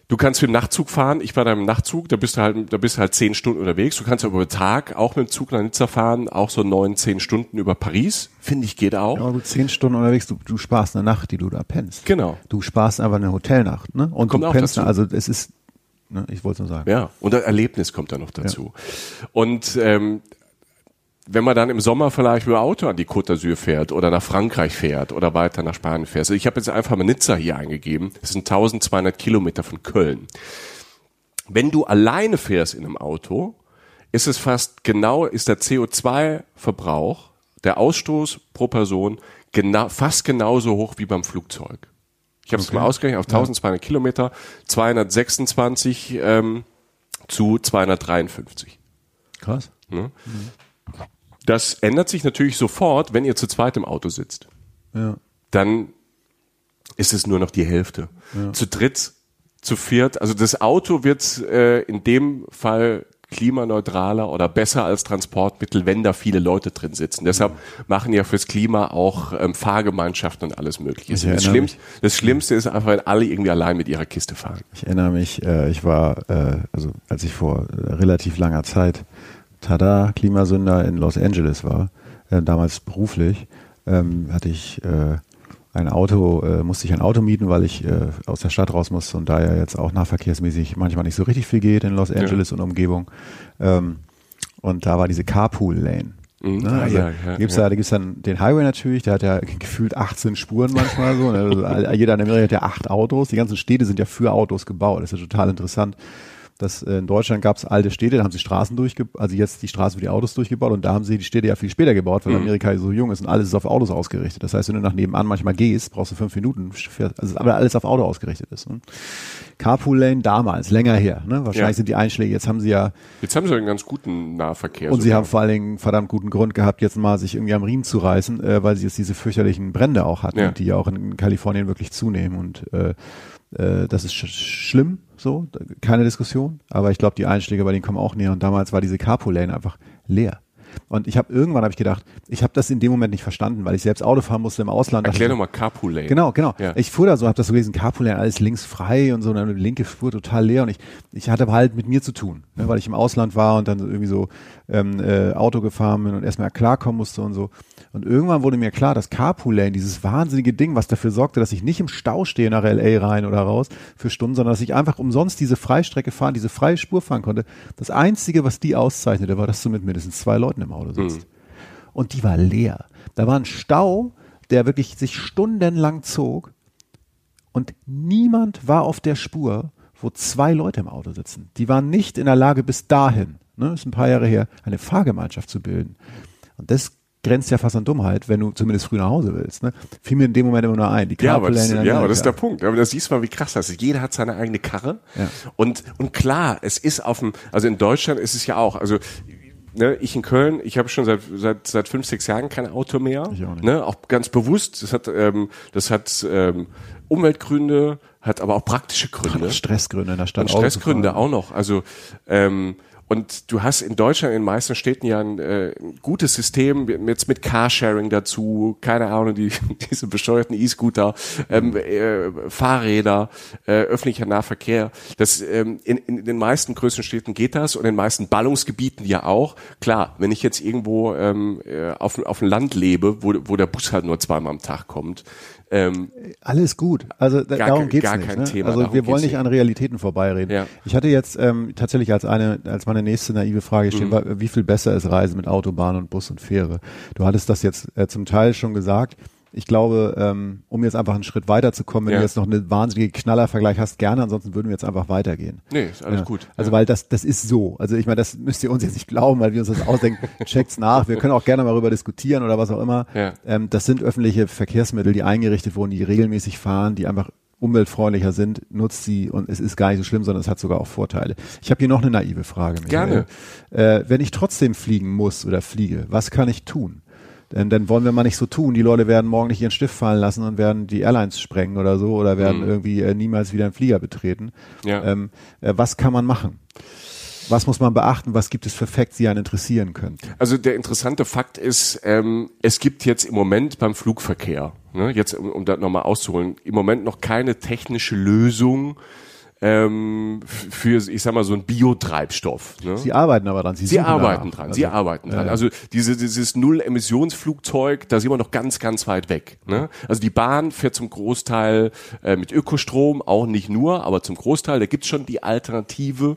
Du kannst mit dem Nachtzug fahren. Ich war da im Nachtzug, da bist du halt, da bist du halt zehn Stunden unterwegs. Du kannst aber über Tag auch mit dem Zug nach Nizza fahren, auch so neun, zehn Stunden über Paris. Finde ich, geht auch. Ja, aber du zehn Stunden unterwegs, du, du sparst eine Nacht, die du da pennst. Genau. Du sparst einfach eine Hotelnacht, ne? Und Kommt du auch pennst, dazu. also es ist, ne, ich wollte es nur sagen. Ja, und das Erlebnis kommt da noch dazu. Ja. Und ähm, wenn man dann im Sommer vielleicht mit dem Auto an die Côte d'Azur fährt oder nach Frankreich fährt oder weiter nach Spanien fährt. Also ich habe jetzt einfach mal Nizza hier eingegeben. Das sind tausendzweihundert Kilometer von Köln. Wenn du alleine fährst in einem Auto, ist es fast genau, ist der C O zwei Verbrauch, der Ausstoß pro Person genau, fast genauso hoch wie beim Flugzeug. Ich habe es Okay. mal ausgerechnet auf tausendzweihundert Kilometer, zweihundertsechsundzwanzig ähm, zu zweihundertdreiundfünfzig. Krass. Ne? Mhm. Das ändert sich natürlich sofort, wenn ihr zu zweit im Auto sitzt. Ja. Dann ist es nur noch die Hälfte. Ja. Zu dritt, zu viert, also das Auto wird äh, in dem Fall klimaneutraler oder besser als Transportmittel, wenn da viele Leute drin sitzen. Deshalb machen ja fürs Klima auch ähm, Fahrgemeinschaften und alles Mögliche. Das, Schlimm, das Schlimmste ist einfach, wenn alle irgendwie allein mit ihrer Kiste fahren. Ich erinnere mich, äh, ich war, äh, also als ich vor äh, relativ langer Zeit Tada, Klimasünder in Los Angeles war, äh, damals beruflich, ähm, hatte ich äh, ein Auto, äh, musste ich ein Auto mieten, weil ich äh, aus der Stadt raus musste und da ja jetzt auch nahverkehrsmäßig manchmal nicht so richtig viel geht in Los Angeles ja. und Umgebung. Ähm, und da war diese Carpool-Lane. Mhm. Ne? Also ja, ja, gibt's ja. da, da gibt's dann den Highway natürlich, der hat ja gefühlt achtzehn Spuren manchmal so. Ne? Also jeder in Amerika hat ja acht Autos. Die ganzen Städte sind ja für Autos gebaut. Das ist ja total interessant. Das, äh, in Deutschland gab es alte Städte, da haben sie Straßen durchgebaut, also jetzt die Straßen für die Autos durchgebaut und da haben sie die Städte ja viel später gebaut, weil mhm. Amerika so jung ist und alles ist auf Autos ausgerichtet. Das heißt, wenn du nach nebenan manchmal gehst, brauchst du fünf Minuten, also aber alles auf Auto ausgerichtet ist. Ne? Carpool Lane damals, länger her. Ne? Wahrscheinlich ja. sind die Einschläge, jetzt haben sie ja... Jetzt haben sie einen ganz guten Nahverkehr. Und sogar. sie haben vor allen Dingen einen verdammt guten Grund gehabt, jetzt mal sich irgendwie am Riemen zu reißen, äh, weil sie jetzt diese fürchterlichen Brände auch hatten, ja. die ja auch in, in Kalifornien wirklich zunehmen und äh, äh, das ist sch- schlimm. So, keine Diskussion, aber ich glaube, die Einschläge bei denen kommen auch näher und damals war diese Carpool-Lane einfach leer. Und ich habe irgendwann habe ich gedacht, ich habe das in dem Moment nicht verstanden, weil ich selbst Auto fahren musste im Ausland. Erklär so, doch mal Carpool-Lane. Genau, genau. Ja. Ich fuhr da so, habe das so gelesen, Carpool-Lane, alles links frei und so, eine linke Spur total leer und ich ich hatte halt mit mir zu tun, ne, weil ich im Ausland war und dann irgendwie so ähm, äh, Auto gefahren bin und erstmal klarkommen musste und so. Und irgendwann wurde mir klar, dass Carpool-Lane, dieses wahnsinnige Ding, was dafür sorgte, dass ich nicht im Stau stehe nach L A rein oder raus für Stunden, sondern dass ich einfach umsonst diese Freistrecke fahren, diese freie Spur fahren konnte. Das Einzige, was die auszeichnete, war, dass du mit mindestens zwei Leuten im Auto sitzt. Mhm. Und die war leer. Da war ein Stau, der wirklich sich stundenlang zog und niemand war auf der Spur, wo zwei Leute im Auto sitzen. Die waren nicht in der Lage, bis dahin, ne, ist ein paar Jahre her, eine Fahrgemeinschaft zu bilden. Und das grenzt ja fast an Dummheit, wenn du zumindest früh nach Hause willst. Ne? Fiel mir in dem Moment immer nur ein. Die ja, aber das, in ja, aber das ist der Punkt. Aber da siehst du mal, wie krass das ist. Jeder hat seine eigene Karre. Ja. Und, und klar, es ist auf dem, also in Deutschland ist es ja auch, also Ne, ich in Köln, ich habe schon seit seit seit fünf, sechs Jahren kein Auto mehr. Ich auch nicht. Ne, auch ganz bewusst. Das hat ähm, das hat ähm, Umweltgründe, hat aber auch praktische Gründe. Stressgründe in der Stadt. Und Stressgründe auch noch. Also ähm, und du hast in Deutschland in den meisten Städten ja ein, äh, ein gutes System jetzt mit Carsharing dazu, keine Ahnung, die, diese bescheuerten E-Scooter, ähm, äh, Fahrräder, äh, öffentlicher Nahverkehr. Das ähm, in, in den meisten größeren Städten geht das und in den meisten Ballungsgebieten ja auch. Klar, wenn ich jetzt irgendwo ähm, auf, auf dem Land lebe, wo, wo der Bus halt nur zweimal am Tag kommt, Ähm, Alles gut. Also da, gar, darum geht's gar nicht. kein Ne? Thema. Also wir wollen nicht nicht an Realitäten vorbeireden. Ja. Ich hatte jetzt ähm, tatsächlich als eine, als meine nächste naive Frage stehen, Mhm. war, wie viel besser ist Reisen mit Autobahn und Bus und Fähre? Du hattest das jetzt äh, zum Teil schon gesagt. Ich glaube, ähm, um jetzt einfach einen Schritt weiterzukommen, wenn Ja. du jetzt noch eine wahnsinnige Knallervergleich hast, gerne, ansonsten würden wir jetzt einfach weitergehen. Nee, ist alles Ja. gut. Also Ja. weil das das ist so. Also ich meine, das müsst ihr uns jetzt nicht glauben, weil wir uns das ausdenken. Checkt's nach. Wir können auch gerne mal darüber diskutieren oder was auch immer. Ja. Ähm, das sind öffentliche Verkehrsmittel, die eingerichtet wurden, die regelmäßig fahren, die einfach umweltfreundlicher sind. Nutzt sie und es ist gar nicht so schlimm, sondern es hat sogar auch Vorteile. Ich habe hier noch eine naive Frage. Michael. Gerne. Äh, wenn ich trotzdem fliegen muss oder fliege, was kann ich tun? Denn dann wollen wir mal nicht so tun. Die Leute werden morgen nicht ihren Stift fallen lassen und werden die Airlines sprengen oder so oder werden Mhm. irgendwie äh, niemals wieder einen Flieger betreten. Ja. Ähm, äh, was kann man machen? Was muss man beachten? Was gibt es für Facts, die einen interessieren könnten? Also der interessante Fakt ist, ähm, es gibt jetzt im Moment beim Flugverkehr, ne, jetzt um, um das nochmal auszuholen, im Moment noch keine technische Lösung, ähm, für, ich sag mal, so ein Biotreibstoff. Ne? Sie arbeiten aber dran. Sie, Sie arbeiten danach. dran. Also, Sie arbeiten dran. Äh, Also diese, dieses Null-Emissionsflugzeug, da sind wir noch ganz, ganz weit weg. Ne? Also die Bahn fährt zum Großteil äh, mit Ökostrom, auch nicht nur, aber zum Großteil. Da gibt's schon die Alternative.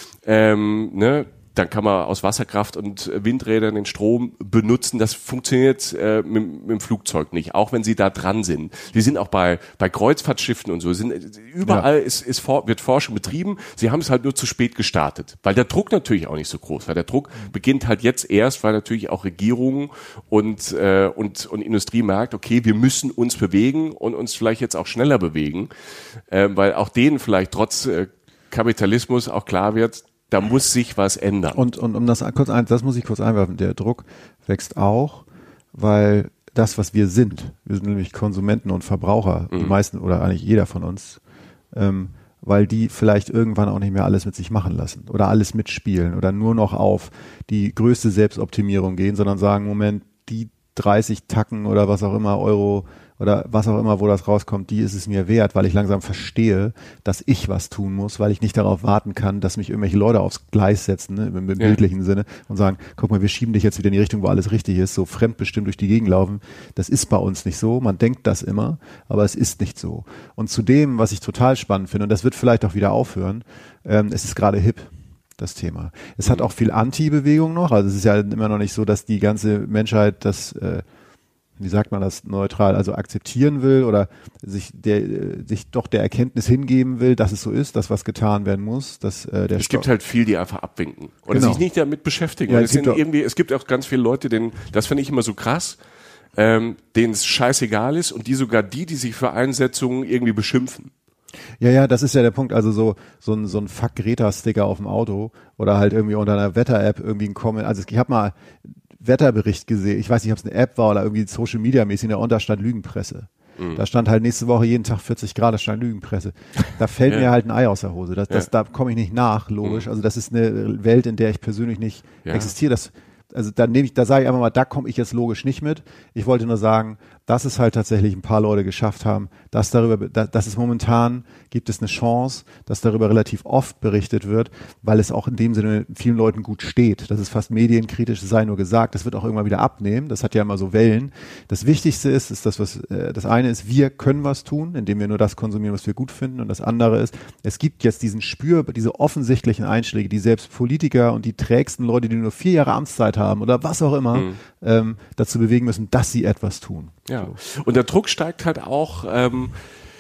Ähm, ne? Dann kann man aus Wasserkraft und Windrädern den Strom benutzen. Das funktioniert äh, mit, mit dem Flugzeug nicht, auch wenn sie da dran sind. Die sind auch bei bei Kreuzfahrtschiffen und so. Sind überall ja. ist, ist for, wird Forschung betrieben. Sie haben es halt nur zu spät gestartet, weil der Druck natürlich auch nicht so groß war. Der Druck beginnt halt jetzt erst, weil natürlich auch Regierungen und äh, und und Industrie merkt, okay, wir müssen uns bewegen und uns vielleicht jetzt auch schneller bewegen, äh, weil auch denen vielleicht trotz äh, Kapitalismus auch klar wird, da muss sich was ändern. Und, und um das kurz ein, das muss ich kurz einwerfen, der Druck wächst auch, weil das, was wir sind, wir sind nämlich Konsumenten und Verbraucher, mhm. die meisten oder eigentlich jeder von uns, ähm, weil die vielleicht irgendwann auch nicht mehr alles mit sich machen lassen oder alles mitspielen oder nur noch auf die größte Selbstoptimierung gehen, sondern sagen, Moment, die dreißig Tacken oder was auch immer Euro oder was auch immer, wo das rauskommt, die ist es mir wert, weil ich langsam verstehe, dass ich was tun muss, weil ich nicht darauf warten kann, dass mich irgendwelche Leute aufs Gleis setzen, ne, im, im ja. bildlichen Sinne und sagen, guck mal, wir schieben dich jetzt wieder in die Richtung, wo alles richtig ist, so fremdbestimmt durch die Gegend laufen. Das ist bei uns nicht so, man denkt das immer, aber es ist nicht so. Und zu dem, was ich total spannend finde, und das wird vielleicht auch wieder aufhören, ähm, es ist gerade hip. Das Thema. Es hat auch viel Anti-Bewegung noch, also es ist ja immer noch nicht so, dass die ganze Menschheit das äh, wie sagt man das neutral, also akzeptieren will oder sich der sich doch der Erkenntnis hingeben will, dass es so ist, dass was getan werden muss, dass äh, der es gibt halt viel, die einfach abwinken oder genau. sich nicht damit beschäftigen. Ja, es, es, sind gibt irgendwie, es gibt auch ganz viele Leute, denen das finde ich immer so krass, ähm, denen es scheißegal ist und die sogar die, die sich für Einsetzungen irgendwie beschimpfen. Ja, ja, das ist ja der Punkt. Also so so ein so ein Fuck Greta-Sticker auf dem Auto oder halt irgendwie unter einer Wetter-App irgendwie ein Comment. Also ich habe mal Wetterbericht gesehen. Ich weiß nicht, ob es eine App war oder irgendwie Social Media mäßig, in der Unter stand Lügenpresse. Mhm. Da stand halt nächste Woche jeden Tag vierzig Grad, da stand Lügenpresse. Da fällt ja. mir halt ein Ei aus der Hose. Das, das, ja. Da komme ich nicht nach, logisch. Mhm. Also das ist eine Welt, in der ich persönlich nicht ja. existiere. Das, also da nehme ich, da sage ich einfach mal, da komme ich jetzt logisch nicht mit. Ich wollte nur sagen, dass es halt tatsächlich ein paar Leute geschafft haben, dass darüber, dass es momentan gibt es eine Chance, dass darüber relativ oft berichtet wird, weil es auch in dem Sinne vielen Leuten gut steht. Das ist fast medienkritisch, sei nur gesagt. Das wird auch irgendwann wieder abnehmen. Das hat ja immer so Wellen. Das Wichtigste ist, ist das, was, äh, das eine ist, wir können was tun, indem wir nur das konsumieren, was wir gut finden. Und das andere ist, es gibt jetzt diesen Spür, diese offensichtlichen Einschläge, die selbst Politiker und die trägsten Leute, die nur vier Jahre Amtszeit haben oder was auch immer, mhm. ähm, dazu bewegen müssen, dass sie etwas tun. Ja. So. Und der Druck steigt halt auch ähm,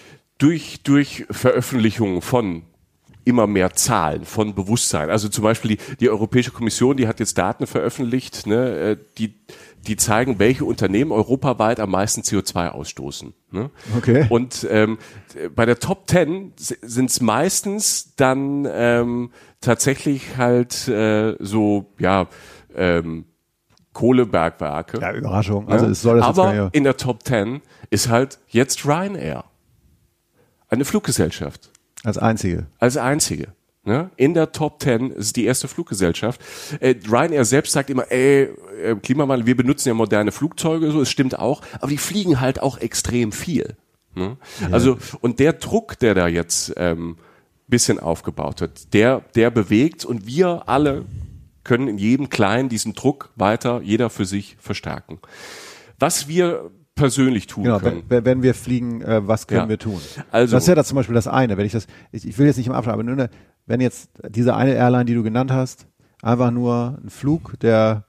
durch durch Veröffentlichungen von immer mehr Zahlen, von Bewusstsein. Also zum Beispiel die, die Europäische Kommission, die hat jetzt Daten veröffentlicht, ne, die die zeigen, welche Unternehmen europaweit am meisten C O zwei ausstoßen. Ne? Okay. Und ähm, bei der Top Ten sind es meistens dann ähm, tatsächlich halt äh, so ja ähm, Kohlebergwerke. Ja, Überraschung. Also es soll das Aber jetzt in der Top Ten ist halt jetzt Ryanair. Eine Fluggesellschaft. Als einzige. Als einzige. Ne? In der Top Ten ist die erste Fluggesellschaft. Äh, Ryanair selbst sagt immer, ey, äh, Klimawandel, wir benutzen ja moderne Flugzeuge, so, es stimmt auch, aber die fliegen halt auch extrem viel. Ne? Ja. Also, und der Druck, der da jetzt ähm, bisschen aufgebaut wird, der, der bewegt und wir alle können in jedem Kleinen diesen Druck weiter, jeder für sich verstärken. Was wir persönlich tun genau, können. Wenn, wenn wir fliegen, äh, was können ja. wir tun? Also, das ist ja das zum Beispiel das eine. Wenn ich das, ich, ich will jetzt nicht im Abschluss, aber nur eine, wenn jetzt diese eine Airline, die du genannt hast, einfach nur ein Flug, der,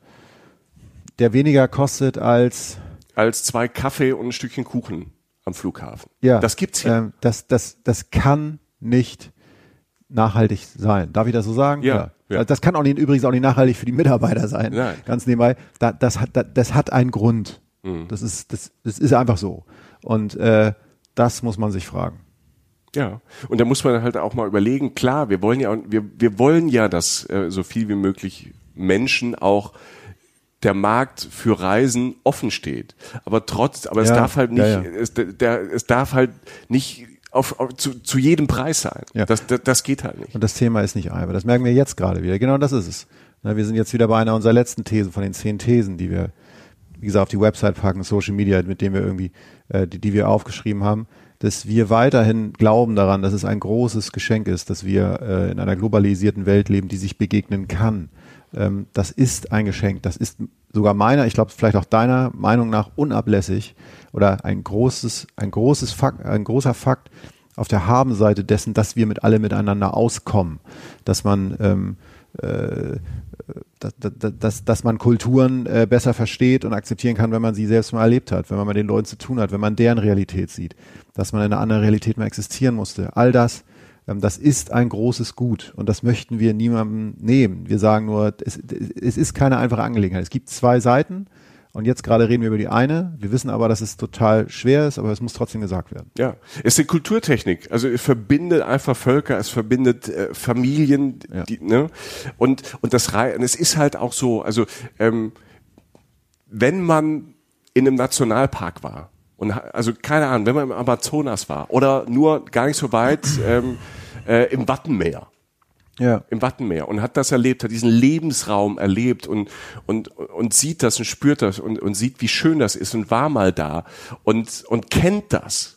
der weniger kostet als als zwei Kaffee und ein Stückchen Kuchen am Flughafen. Ja, das gibt's hier. Ähm, das, das, das kann nicht nachhaltig sein. Darf ich das so sagen? Ja. ja. ja. Das kann auch nicht, übrigens auch nicht nachhaltig für die Mitarbeiter sein. Nein. Ganz nebenbei. Da, das hat, das, das hat einen Grund. Mhm. Das ist, das, das ist einfach so. Und äh, das muss man sich fragen. Ja. Und da muss man halt auch mal überlegen. Klar, wir wollen ja, wir, wir wollen ja, dass äh, so viel wie möglich Menschen auch der Markt für Reisen offen steht. Aber trotz, aber es ja, darf halt nicht, ja, ja. Es, der, es darf halt nicht auf, auf zu, zu jedem Preis sein. Ja. Das, das, das geht halt nicht. Und das Thema ist nicht einfach. Das merken wir jetzt gerade wieder. Genau das ist es. Na, wir sind jetzt wieder bei einer unserer letzten Thesen von den zehn Thesen, die wir, wie gesagt, auf die Website packen, Social Media, mit denen wir irgendwie, äh, die, die wir aufgeschrieben haben. dass wir weiterhin glauben daran, dass es ein großes Geschenk ist, dass wir äh, in einer globalisierten Welt leben, die sich begegnen kann. Ähm, das ist ein Geschenk. Das ist sogar meiner, ich glaube vielleicht auch deiner Meinung nach unablässig oder ein großes, ein großes Fakt, ein großer Fakt auf der Habenseite dessen, dass wir mit alle miteinander auskommen, dass man ähm, äh, dass, dass, dass man Kulturen äh, besser versteht und akzeptieren kann, wenn man sie selbst mal erlebt hat, wenn man mit den Leuten zu tun hat, wenn man deren Realität sieht, dass man in einer anderen Realität mal existieren musste. All das, ähm, das ist ein großes Gut und das möchten wir niemandem nehmen. Wir sagen nur, es, es ist keine einfache Angelegenheit. Es gibt zwei Seiten. Und jetzt gerade reden wir über die eine. Wir wissen aber, dass es total schwer ist, aber es muss trotzdem gesagt werden. Ja, es ist eine Kulturtechnik. Also es verbindet einfach Völker, es verbindet äh, Familien, ja. die, ne? Und und das und es ist halt auch so. Also ähm, wenn man in einem Nationalpark war und also keine Ahnung, wenn man im Amazonas war oder nur gar nicht so weit ähm, äh, im Wattenmeer. Ja. Im Wattenmeer und hat das erlebt, hat diesen Lebensraum erlebt und und und sieht das und spürt das und und sieht, wie schön das ist und war mal da und und kennt das.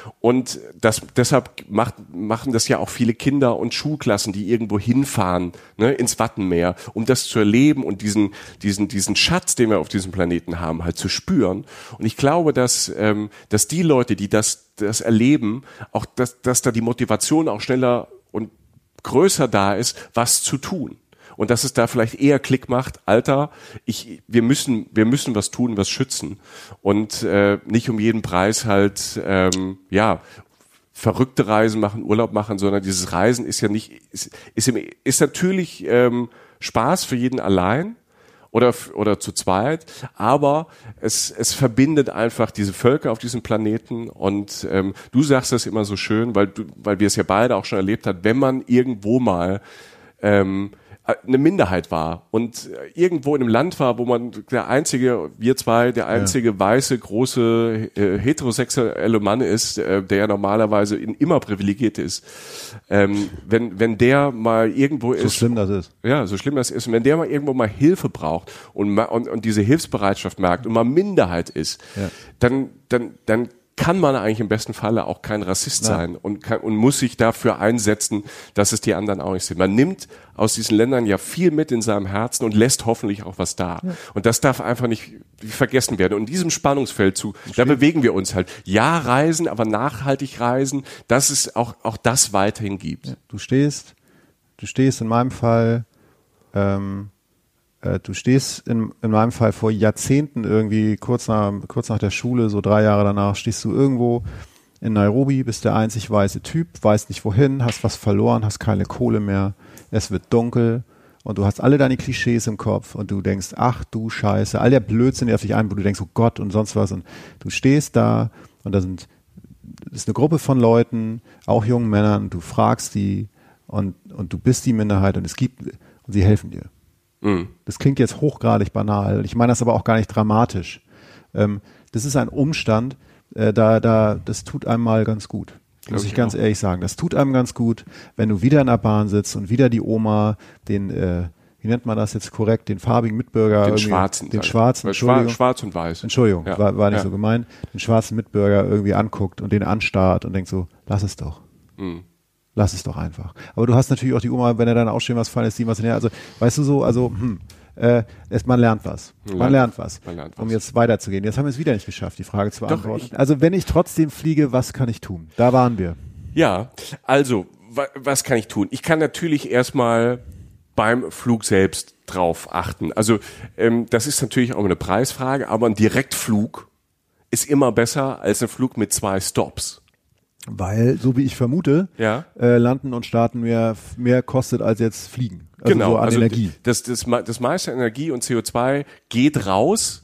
Und das deshalb macht, machen das ja auch viele Kinder und Schulklassen, die irgendwo hinfahren, ne, ins Wattenmeer, um das zu erleben und diesen diesen diesen Schatz, den wir auf diesem Planeten haben, halt zu spüren. Und ich glaube, dass ähm, dass die Leute, die das das erleben, auch dass dass da die Motivation auch schneller und größer da ist, was zu tun. Und dass es da vielleicht eher Klick macht, Alter, ich, wir müssen, wir müssen was tun, was schützen. Und äh, nicht um jeden Preis halt, ähm, ja, verrückte Reisen machen, Urlaub machen, sondern dieses Reisen ist ja nicht, ist, ist, im, ist natürlich ähm, Spaß für jeden allein oder oder zu zweit, aber es es verbindet einfach diese Völker auf diesem Planeten und ähm, du sagst das immer so schön, weil du weil wir es ja beide auch schon erlebt haben, wenn man irgendwo mal ähm, eine Minderheit war und irgendwo in einem Land war, wo man der einzige, wir zwei, der einzige ja. weiße, große, äh, heterosexuelle Mann ist, äh, der ja normalerweise in, immer privilegiert ist. Ähm, wenn, wenn der mal irgendwo ist. So schlimm das ist. Ja, so schlimm das ist. Und wenn der mal irgendwo mal Hilfe braucht und, und, und diese Hilfsbereitschaft merkt und mal Minderheit ist, ja. dann, dann, dann kann man eigentlich im besten Falle auch kein Rassist ja. sein und, kann, und muss sich dafür einsetzen, dass es die anderen auch nicht sind. Man nimmt aus diesen Ländern ja viel mit in seinem Herzen und lässt hoffentlich auch was da. Ja. Und das darf einfach nicht vergessen werden. Und in diesem Spannungsfeld zu, da bewegen wir uns halt. Ja, reisen, aber nachhaltig reisen, dass es auch, auch das weiterhin gibt. Ja. Du stehst, du stehst in meinem Fall, ähm, Du stehst in, in meinem Fall vor Jahrzehnten irgendwie, kurz nach, kurz nach der Schule, so drei Jahre danach, stehst du irgendwo in Nairobi, bist der einzig weiße Typ, weißt nicht wohin, hast was verloren, hast keine Kohle mehr, es wird dunkel und du hast alle deine Klischees im Kopf und du denkst, ach du Scheiße, all der Blödsinn, der auf dich ein, wo du denkst, oh Gott und sonst was und du stehst da und da sind, das ist eine Gruppe von Leuten, auch jungen Männern, du fragst die und, und du bist die Minderheit und es gibt, und sie helfen dir. Mhm. Das klingt jetzt hochgradig banal. Ich meine das aber auch gar nicht dramatisch. Ähm, das ist ein Umstand, äh, da, da, das tut einem mal ganz gut. Muss ich ganz ehrlich sagen. Das tut einem ganz gut, wenn du wieder in der Bahn sitzt und wieder die Oma, den, äh, wie nennt man das jetzt korrekt, den farbigen Mitbürger. Den schwarzen. Den schwarzen, Entschuldigung. Schwarz und weiß. Entschuldigung, ja. war, war nicht ja. so gemeint. Den schwarzen Mitbürger irgendwie anguckt und den anstarrt und denkt so, lass es doch. Mhm. Lass es doch einfach. Aber du hast natürlich auch die Oma, wenn er dann ausstehen was fallen ist, die was hinterher. Also, weißt du so, also, hm, äh, man lernt was. Man, man lernt was. Man lernt was. Um jetzt weiterzugehen. Jetzt haben wir es wieder nicht geschafft, die Frage zu beantworten. Doch, also, wenn ich trotzdem fliege, was kann ich tun? Da waren wir. Ja, also, wa- was kann ich tun? Ich kann natürlich erstmal beim Flug selbst drauf achten. Also, ähm, das ist natürlich auch eine Preisfrage, aber ein Direktflug ist immer besser als ein Flug mit zwei Stops. Weil, so wie ich vermute, ja. äh, Landen und Starten mehr, mehr kostet als jetzt Fliegen. Also genau, so an also Energie. Das, das, das meiste Energie und C O zwei geht raus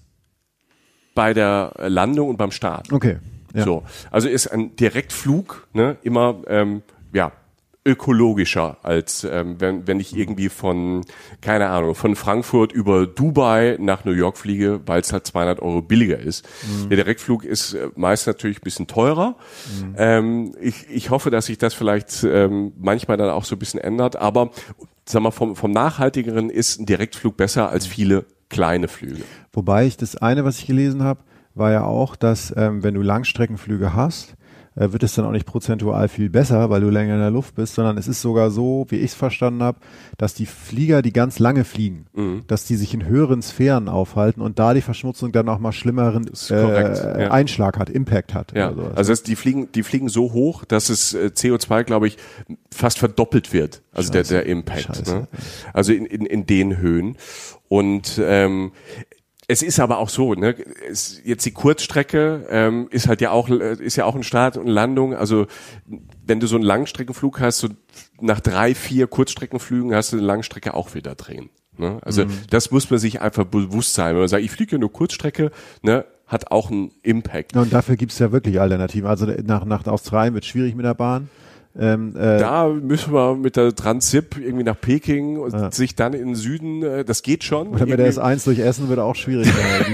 bei der Landung und beim Start. Okay. Ja. So, also ist ein Direktflug ne, immer ähm, ja ökologischer als ähm, wenn wenn ich irgendwie von keine Ahnung von Frankfurt über Dubai nach New York fliege, weil es halt zweihundert Euro billiger ist. Mhm. Der Direktflug ist äh, meist natürlich ein bisschen teurer. Mhm. Ähm, ich ich hoffe, dass sich das vielleicht ähm, manchmal dann auch so ein bisschen ändert. Aber sag mal vom vom nachhaltigeren ist ein Direktflug besser als viele kleine Flüge. Wobei ich das eine, was ich gelesen habe, war ja auch, dass ähm, wenn du Langstreckenflüge hast, äh, wird es dann auch nicht prozentual viel besser, weil du länger in der Luft bist, sondern es ist sogar so, wie ich es verstanden habe, dass die Flieger, die ganz lange fliegen, mhm. dass die sich in höheren Sphären aufhalten und da die Verschmutzung dann auch mal schlimmeren äh, ja. Einschlag hat, Impact hat. Ja. Also, also das, die fliegen, die fliegen so hoch, dass es äh, C O zwei, glaube ich, fast verdoppelt wird. Also der, der Impact. Ne? Also in, in, in den Höhen. Und ähm, es ist aber auch so, ne, es, jetzt die Kurzstrecke ähm, ist halt ja auch ist ja auch ein Start und Landung. Also wenn du so einen Langstreckenflug hast, so nach drei, vier Kurzstreckenflügen hast du eine Langstrecke auch wieder drehen. Ne? Also mhm. das muss man sich einfach bewusst sein. Wenn man sagt, ich fliege ja nur Kurzstrecke, ne, hat auch einen Impact. Ja, und dafür gibt es ja wirklich Alternativen. Also nach, nach Australien wird es schwierig mit der Bahn. Ähm, äh, da müssen wir mit der Transip irgendwie nach Peking und ja. sich dann in den Süden, äh, das geht schon. Oder mit der S eins durch Essen wird auch schwierig.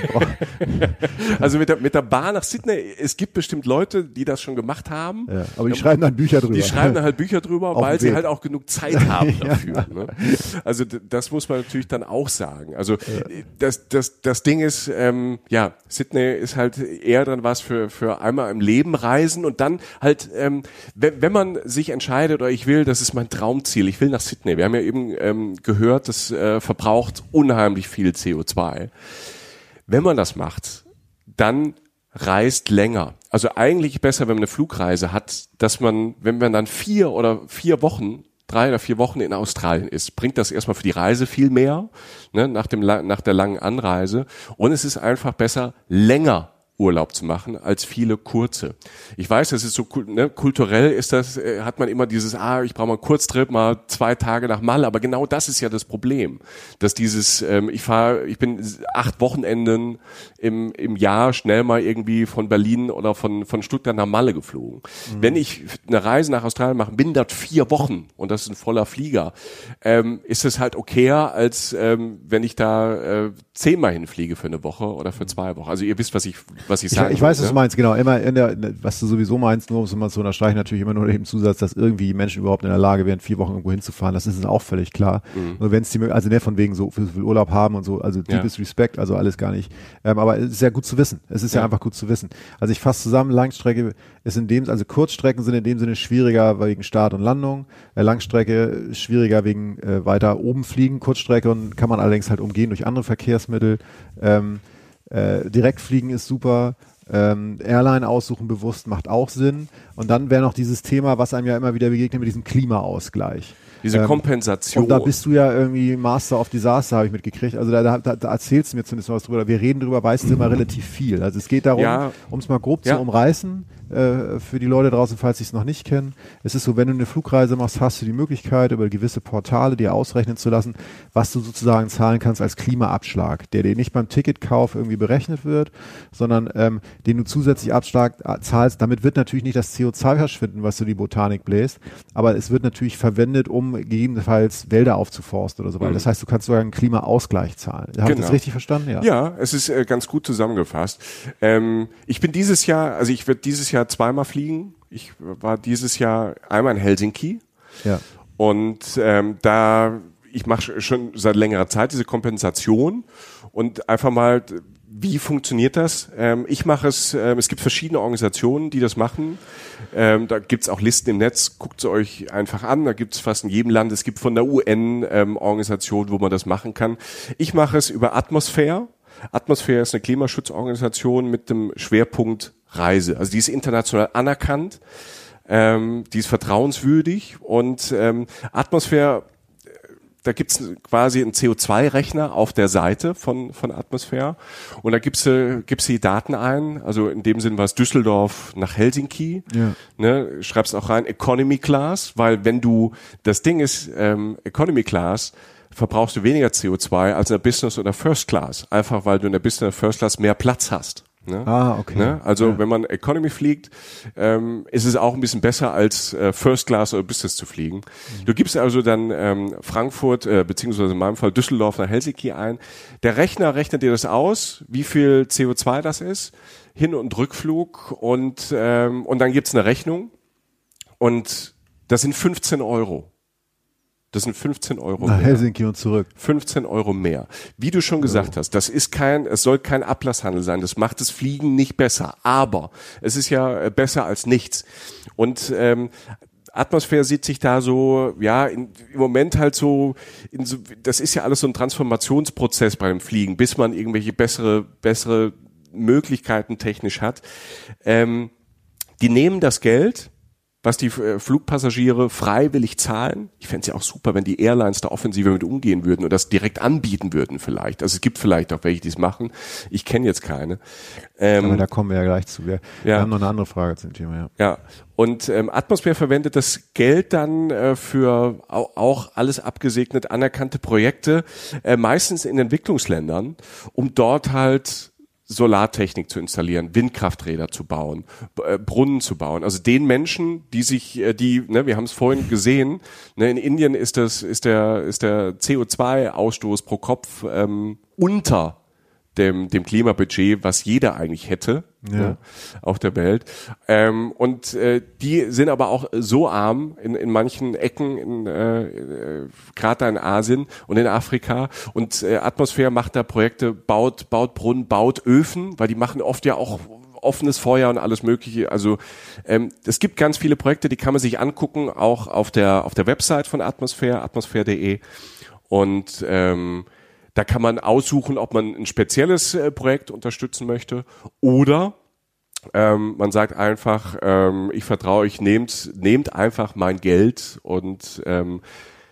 Also mit der, mit der Bahn nach Sydney, es gibt bestimmt Leute, die das schon gemacht haben. Ja, aber die ähm, schreiben dann Bücher drüber. Die schreiben dann halt Bücher drüber, weil sie halt auch genug Zeit haben dafür. Ja. Ne? Also d- das muss man natürlich dann auch sagen. Also ja. das, das, das Ding ist, ähm, ja, Sydney ist halt eher dann was für, für einmal im Leben reisen und dann halt, ähm, wenn, wenn man sich entscheidet, oder ich will, das ist mein Traumziel, ich will nach Sydney. Wir haben ja eben ähm, gehört, das äh, verbraucht unheimlich viel C O zwei. Wenn man das macht, dann reist länger. Also eigentlich besser, wenn man eine Flugreise hat, dass man, wenn man dann vier oder vier Wochen, drei oder vier Wochen in Australien ist, bringt das erstmal für die Reise viel mehr, ne, nach dem nach der langen Anreise. Und es ist einfach besser, länger Urlaub zu machen als viele kurze. Ich weiß, das ist so, ne, kulturell ist das, äh, hat man immer dieses, ah, ich brauche mal einen Kurztrip, mal zwei Tage nach Malle, aber genau das ist ja das Problem, dass dieses, ähm, ich fahre, ich bin acht Wochenenden im im Jahr schnell mal irgendwie von Berlin oder von von Stuttgart nach Malle geflogen. Mhm. Wenn ich eine Reise nach Australien mache, bin dort vier Wochen und das ist ein voller Flieger, ähm, ist es halt okayer, als ähm, wenn ich da äh, zehnmal hinfliege für eine Woche oder für zwei Wochen. Also ihr wisst, was ich was ich sage. Ich, ich weiß, was du meinst, genau. Immer in der, was du sowieso meinst, nur um es mal zu unterstreichen, natürlich immer nur den Zusatz, dass irgendwie Menschen überhaupt in der Lage wären, vier Wochen irgendwo hinzufahren. Das ist uns auch völlig klar. Mhm. Nur wenn es die, also ne, von wegen so viel, viel Urlaub haben und so, also deepest ja. Respect, also alles gar nicht. Ähm, aber es ist ja gut zu wissen. Es ist ja. ja einfach gut zu wissen. Also ich fasse zusammen, Langstrecke ist in dem, also Kurzstrecken sind in dem Sinne schwieriger wegen Start und Landung. Äh, Langstrecke schwieriger wegen äh, weiter oben fliegen. Kurzstrecke und kann man allerdings halt umgehen durch andere Verkehrsmittel. Ähm, Äh, Direktfliegen ist super, ähm, Airline aussuchen bewusst macht auch Sinn. Und dann wäre noch dieses Thema, was einem ja immer wieder begegnet, mit diesem Klimaausgleich. Diese ähm, Kompensation. Und da bist du ja irgendwie Master of Disaster, habe ich mitgekriegt. Also da, da, da erzählst du mir zumindest was drüber. Wir reden drüber, weißt du immer relativ viel. Also es geht darum, ja. um es mal grob ja. zu umreißen, äh, für die Leute draußen, falls sie es noch nicht kennen. Es ist so, wenn du eine Flugreise machst, hast du die Möglichkeit, über gewisse Portale dir ausrechnen zu lassen, was du sozusagen zahlen kannst als Klimaabschlag, der dir nicht beim Ticketkauf irgendwie berechnet wird, sondern ähm, den du zusätzlich Abschlag zahlst. Damit wird natürlich nicht das C O zwei verschwinden, was du die Botanik bläst, aber es wird natürlich verwendet, um gegebenenfalls Wälder aufzuforsten oder so weiter. Mhm. Das heißt, du kannst sogar einen Klimaausgleich zahlen. Habe genau. ich das richtig verstanden? Ja, ja, es ist äh, ganz gut zusammengefasst. Ähm, ich bin dieses Jahr, also ich werde dieses Jahr zweimal fliegen. Ich war dieses Jahr einmal in Helsinki. Ja. Und ähm, da, ich mache schon seit längerer Zeit diese Kompensation und einfach mal, wie funktioniert das? Ähm, ich mache es, ähm, es gibt verschiedene Organisationen, die das machen. Ähm, da gibt's auch Listen im Netz, guckt sie euch einfach an. Da gibt's fast in jedem Land, es gibt von der U N ähm, Organisationen, wo man das machen kann. Ich mache es über Atmosphäre. Atmosphäre ist eine Klimaschutzorganisation mit dem Schwerpunkt Reise. Also die ist international anerkannt, ähm, die ist vertrauenswürdig und ähm, Atmosphäre, da gibt's quasi einen C O zwei Rechner auf der Seite von von Atmosphäre und da gibst du gibst die Daten ein, also in dem Sinn war es Düsseldorf nach Helsinki, ja. ne, schreibst auch rein Economy Class, weil wenn du, das Ding ist, ähm, Economy Class, verbrauchst du weniger C O zwei als in der Business oder First Class, einfach weil du in der Business oder First Class mehr Platz hast. Ne? Ah, okay. Ne? Also ja. wenn man Economy fliegt, ähm, ist es auch ein bisschen besser als äh, First Class oder Business zu fliegen. Mhm. Du gibst also dann ähm, Frankfurt, äh, beziehungsweise in meinem Fall Düsseldorf nach Helsinki ein. Der Rechner rechnet dir das aus, wie viel C O zwei das ist, Hin- und Rückflug und, ähm, und dann gibt's eine Rechnung und das sind fünfzehn Euro. Das sind fünfzehn Euro Nach mehr. Helsinki und zurück. fünfzehn Euro mehr. Wie du schon gesagt hast, das ist kein, es soll kein Ablasshandel sein. Das macht das Fliegen nicht besser. Aber es ist ja besser als nichts. Und ähm, Atmosphäre sieht sich da so, ja, in, im Moment halt so, in so, das ist ja alles so ein Transformationsprozess beim Fliegen, bis man irgendwelche bessere, bessere Möglichkeiten technisch hat. Ähm, die nehmen das Geld, was die äh, Flugpassagiere freiwillig zahlen. Ich fände es ja auch super, wenn die Airlines da offensiver mit umgehen würden und das direkt anbieten würden vielleicht. Also es gibt vielleicht auch welche, die es machen. Ich kenne jetzt keine. Ähm, Aber da kommen wir ja gleich zu. Wir, ja. wir haben noch eine andere Frage zum Thema. Ja, ja. Und ähm, Atmosphäre verwendet das Geld dann äh, für au- auch alles abgesegnet anerkannte Projekte, äh, meistens in Entwicklungsländern, um dort halt Solartechnik zu installieren, Windkrafträder zu bauen, äh, Brunnen zu bauen. Also den Menschen, die sich, äh, die, ne, wir haben es vorhin gesehen, ne, in Indien ist das, ist der, ist der C O zwei Ausstoß pro Kopf ähm, unter dem, dem Klimabudget, was jeder eigentlich hätte, Ja. ne, auf der Welt. Ähm, und äh, die sind aber auch so arm in, in manchen Ecken, in, äh, äh, gerade in Asien und in Afrika. Und äh, Atmosphäre macht da Projekte, baut, baut Brunnen, baut Öfen, weil die machen oft ja auch offenes Feuer und alles Mögliche. Also ähm, es gibt ganz viele Projekte, die kann man sich angucken, auch auf der auf der Website von Atmosphäre, atmosphäre punkt de. Und ähm, da kann man aussuchen, ob man ein spezielles äh, Projekt unterstützen möchte oder ähm, man sagt einfach, ähm, ich vertraue euch, nehmt, nehmt einfach mein Geld und ähm,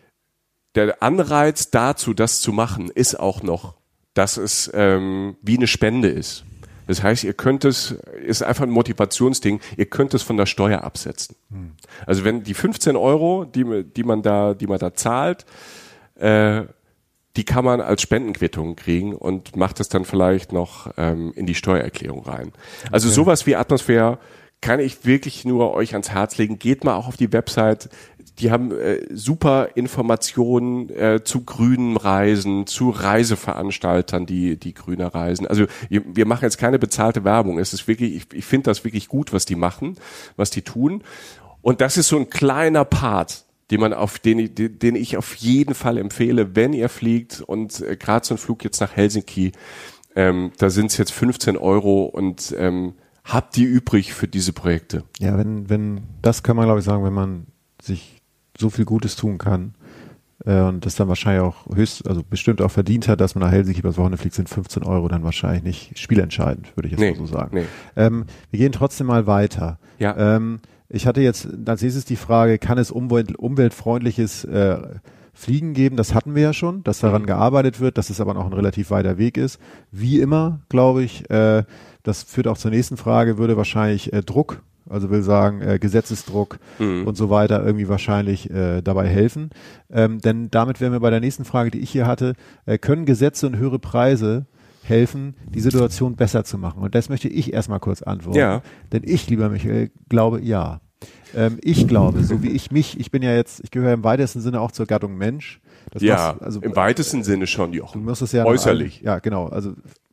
der Anreiz dazu, das zu machen, ist auch noch, dass es ähm, wie eine Spende ist. Das heißt, ihr könnt es, ist einfach ein Motivationsding, ihr könnt es von der Steuer absetzen. Hm. Also wenn die fünfzehn Euro, die, die man da, die man da zahlt, äh, die kann man als Spendenquittung kriegen und macht es dann vielleicht noch ähm, in die Steuererklärung rein. Also okay. Sowas wie Atmosphäre kann ich wirklich nur euch ans Herz legen. Geht mal auch auf die Website. Die haben äh, super Informationen äh, zu grünen Reisen, zu Reiseveranstaltern, die die grüner reisen. Also wir machen jetzt keine bezahlte Werbung. Es ist wirklich, ich, ich finde das wirklich gut, was die machen, was die tun. Und das ist so ein kleiner Part, den man auf den, den ich auf jeden Fall empfehle, wenn ihr fliegt und äh, gerade so ein Flug jetzt nach Helsinki, ähm, da sind es jetzt fünfzehn Euro und ähm, habt die übrig für diese Projekte. Ja, wenn, wenn, das kann man glaube ich sagen, wenn man sich so viel Gutes tun kann äh, und das dann wahrscheinlich auch höchst, also bestimmt auch verdient hat, dass man nach Helsinki übers Wochenende fliegt, sind fünfzehn Euro dann wahrscheinlich nicht spielentscheidend, würde ich jetzt nee, mal so sagen. Nee. Ähm, wir gehen trotzdem mal weiter. Ja. Ähm, Ich hatte jetzt als nächstes die Frage, kann es umwelt, umweltfreundliches äh, Fliegen geben? Das hatten wir ja schon, dass daran mhm. gearbeitet wird, dass es aber noch ein relativ weiter Weg ist. Wie immer, glaube ich, äh, das führt auch zur nächsten Frage, würde wahrscheinlich äh, Druck, also will sagen äh, Gesetzesdruck mhm. und so weiter irgendwie wahrscheinlich äh, dabei helfen. Ähm, denn damit wären wir bei der nächsten Frage, die ich hier hatte, äh, können Gesetze und höhere Preise helfen, die Situation besser zu machen? Und das möchte ich erstmal kurz antworten. Ja. Denn ich, lieber Michael, glaube ja. Ähm, ich glaube, so wie ich mich, ich bin ja jetzt, ich gehöre im weitesten Sinne auch zur Gattung Mensch. Das ja, was, also, im weitesten äh, Sinne schon, Jochen. Du musst es ja äußerlich. Einem, ja, genau. Also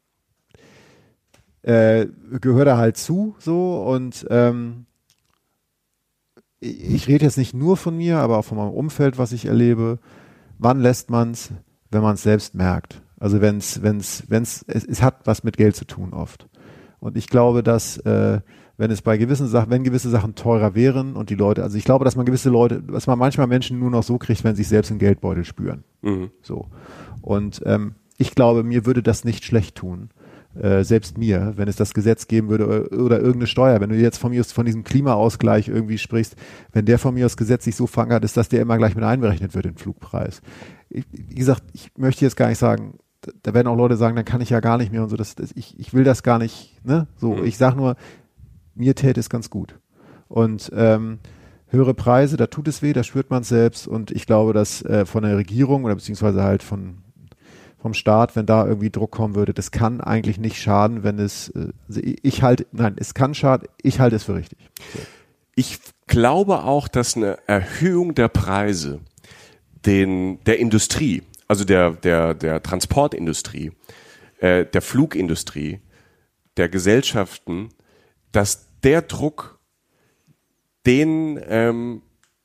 äh, gehört da halt zu so und ähm, ich, ich rede jetzt nicht nur von mir, aber auch von meinem Umfeld, was ich erlebe. Wann lässt man es, wenn man es selbst merkt? Also wenn es, wenn es, wenn es, es hat was mit Geld zu tun oft. Und ich glaube, dass äh, wenn es bei gewissen Sachen, wenn gewisse Sachen teurer wären und die Leute, also ich glaube, dass man gewisse Leute, dass man manchmal Menschen nur noch so kriegt, wenn sie sich selbst im Geldbeutel spüren. Mhm. So. Und ähm, ich glaube, mir würde das nicht schlecht tun. Äh, selbst mir, wenn es das Gesetz geben würde oder, oder irgendeine Steuer, wenn du jetzt von mir aus, von diesem Klimaausgleich irgendwie sprichst, wenn der von mir aus gesetzlich so verankert ist, dass der immer gleich mit einberechnet wird, den Flugpreis. Ich, wie gesagt, ich möchte jetzt gar nicht sagen, da werden auch Leute sagen, dann kann ich ja gar nicht mehr und so, das, das, ich, ich will das gar nicht, ne, so, mhm. Ich sag nur, mir täte es ganz gut. Und ähm, höhere Preise, da tut es weh, da spürt man es selbst und ich glaube, dass äh, von der Regierung oder beziehungsweise halt von vom Staat, wenn da irgendwie Druck kommen würde, das kann eigentlich nicht schaden, wenn es, äh, also ich halte, nein, es kann schaden, ich halte es für richtig. So. Ich glaube auch, dass eine Erhöhung der Preise den der Industrie, also der der der Transportindustrie, äh, der Flugindustrie, der Gesellschaften, dass der Druck den ähm,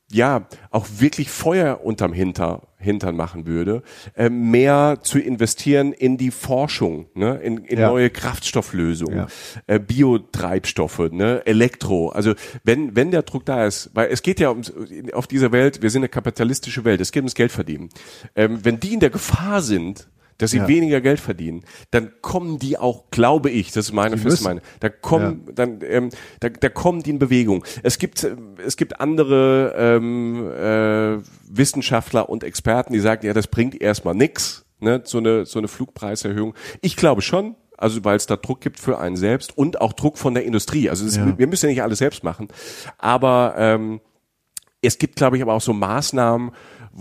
ja, auch wirklich Feuer unterm Hinter, Hintern machen würde, äh, mehr zu investieren in die Forschung, ne, in, in ja. neue Kraftstofflösungen, ja. äh, Biotreibstoffe, ne, Elektro. Also wenn wenn der Druck da ist, weil es geht ja um, auf dieser Welt, wir sind eine kapitalistische Welt, es geht ums Geld verdienen. Ähm, wenn die in der Gefahr sind, dass sie ja. weniger Geld verdienen, dann kommen die auch, glaube ich, das ist meine feste Meinung, da kommen, ja. dann, ähm, da, da kommen die in Bewegung. Es gibt, es gibt andere ähm, äh, Wissenschaftler und Experten, die sagen, ja, das bringt erstmal nix, ne, so eine so eine Flugpreiserhöhung. Ich glaube schon, also weil es da Druck gibt für einen selbst und auch Druck von der Industrie. Also das, ja. wir müssen ja nicht alles selbst machen, aber ähm, es gibt, glaube ich, aber auch so Maßnahmen,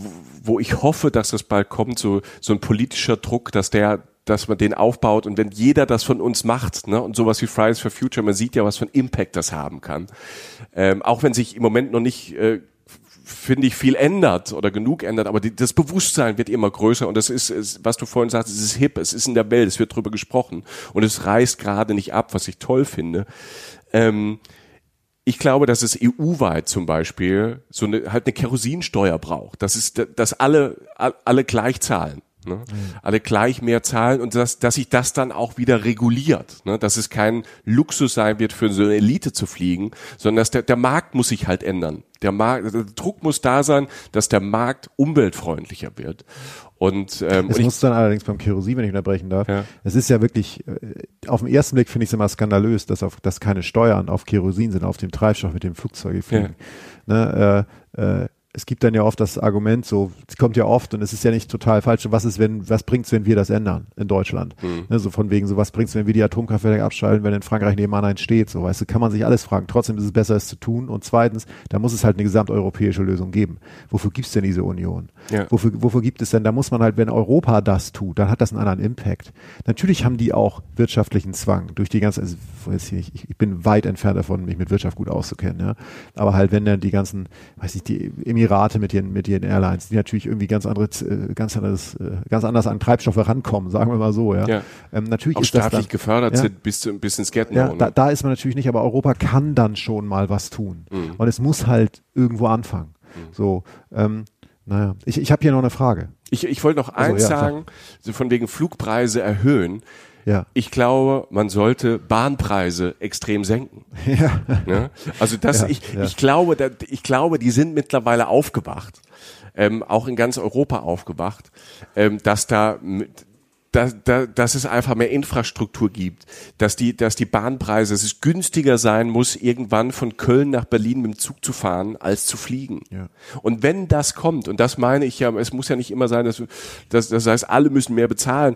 wo ich hoffe, dass das bald kommt, so so ein politischer Druck, dass der, dass man den aufbaut und wenn jeder das von uns macht, ne, und sowas wie Fridays for Future, man sieht ja, was für einen Impact das haben kann, ähm, auch wenn sich im Moment noch nicht, äh, finde ich, viel ändert oder genug ändert, aber die, das Bewusstsein wird immer größer und das ist, ist, was du vorhin sagst, es ist hip, es ist in der Welt, es wird drüber gesprochen und es reißt gerade nicht ab, was ich toll finde. Ähm, Ich glaube, dass es E U-weit zum Beispiel so eine halt eine Kerosinsteuer braucht. Das ist, dass alle alle gleich zahlen, ne? Mhm. Alle gleich mehr zahlen und dass dass sich das dann auch wieder reguliert, ne? Dass es kein Luxus sein wird für so eine Elite zu fliegen, sondern dass der der Markt muss sich halt ändern. Der Markt, der Druck muss da sein, dass der Markt umweltfreundlicher wird. Und ähm, es und muss ich, dann allerdings beim Kerosin, wenn ich unterbrechen darf, ja. es ist ja wirklich, auf den ersten Blick finde ich es immer skandalös, dass auf, dass keine Steuern auf Kerosin sind, auf dem Treibstoff, mit dem Flugzeuge fliegen. Ja. Ne, äh, äh, es gibt dann ja oft das Argument, so, es kommt ja oft und es ist ja nicht total falsch, was ist, wenn, was bringt's, wenn wir das ändern in Deutschland? Mhm. Ne, so von wegen, so was bringt's, wenn wir die Atomkraftwerke abschalten, wenn in Frankreich nebenan eins steht, so, weißt du, kann man sich alles fragen. Trotzdem ist es besser, es zu tun und zweitens, da muss es halt eine gesamteuropäische Lösung geben. Wofür gibt's denn diese Union? Ja. Wofür, wofür gibt es denn, da muss man halt, wenn Europa das tut, dann hat das einen anderen Impact. Natürlich haben die auch wirtschaftlichen Zwang durch die ganze, also, ich, ich bin weit entfernt davon, mich mit Wirtschaft gut auszukennen, ja, aber halt, wenn dann die ganzen, weiß ich, die Emirate mit ihren, mit ihren Airlines, die natürlich irgendwie ganz anderes, ganz anderes, ganz anders an Treibstoffe rankommen, sagen wir mal so, ja. ja. Ähm, natürlich auch ist staatlich das dann, gefördert ja, sind bis, bis ins Gärtner. Ja, da, da ist man natürlich nicht, aber Europa kann dann schon mal was tun. Mhm. Und es muss halt irgendwo anfangen. Mhm. So, ähm, naja, ich, ich habe hier noch eine Frage. Ich, ich wollte noch eins also, ja, sagen, so von wegen Flugpreise erhöhen. Ja. Ich glaube, man sollte Bahnpreise extrem senken. Ja. Ja? Also das, ja, ich, ja. ich glaube, da, ich glaube, die sind mittlerweile aufgewacht, ähm, auch in ganz Europa aufgewacht, ähm, dass da, dass, dass es einfach mehr Infrastruktur gibt, dass die, dass die Bahnpreise, dass es günstiger sein muss, irgendwann von Köln nach Berlin mit dem Zug zu fahren, als zu fliegen. Ja. Und wenn das kommt, und das meine ich ja, es muss ja nicht immer sein, dass, dass das heißt, alle müssen mehr bezahlen.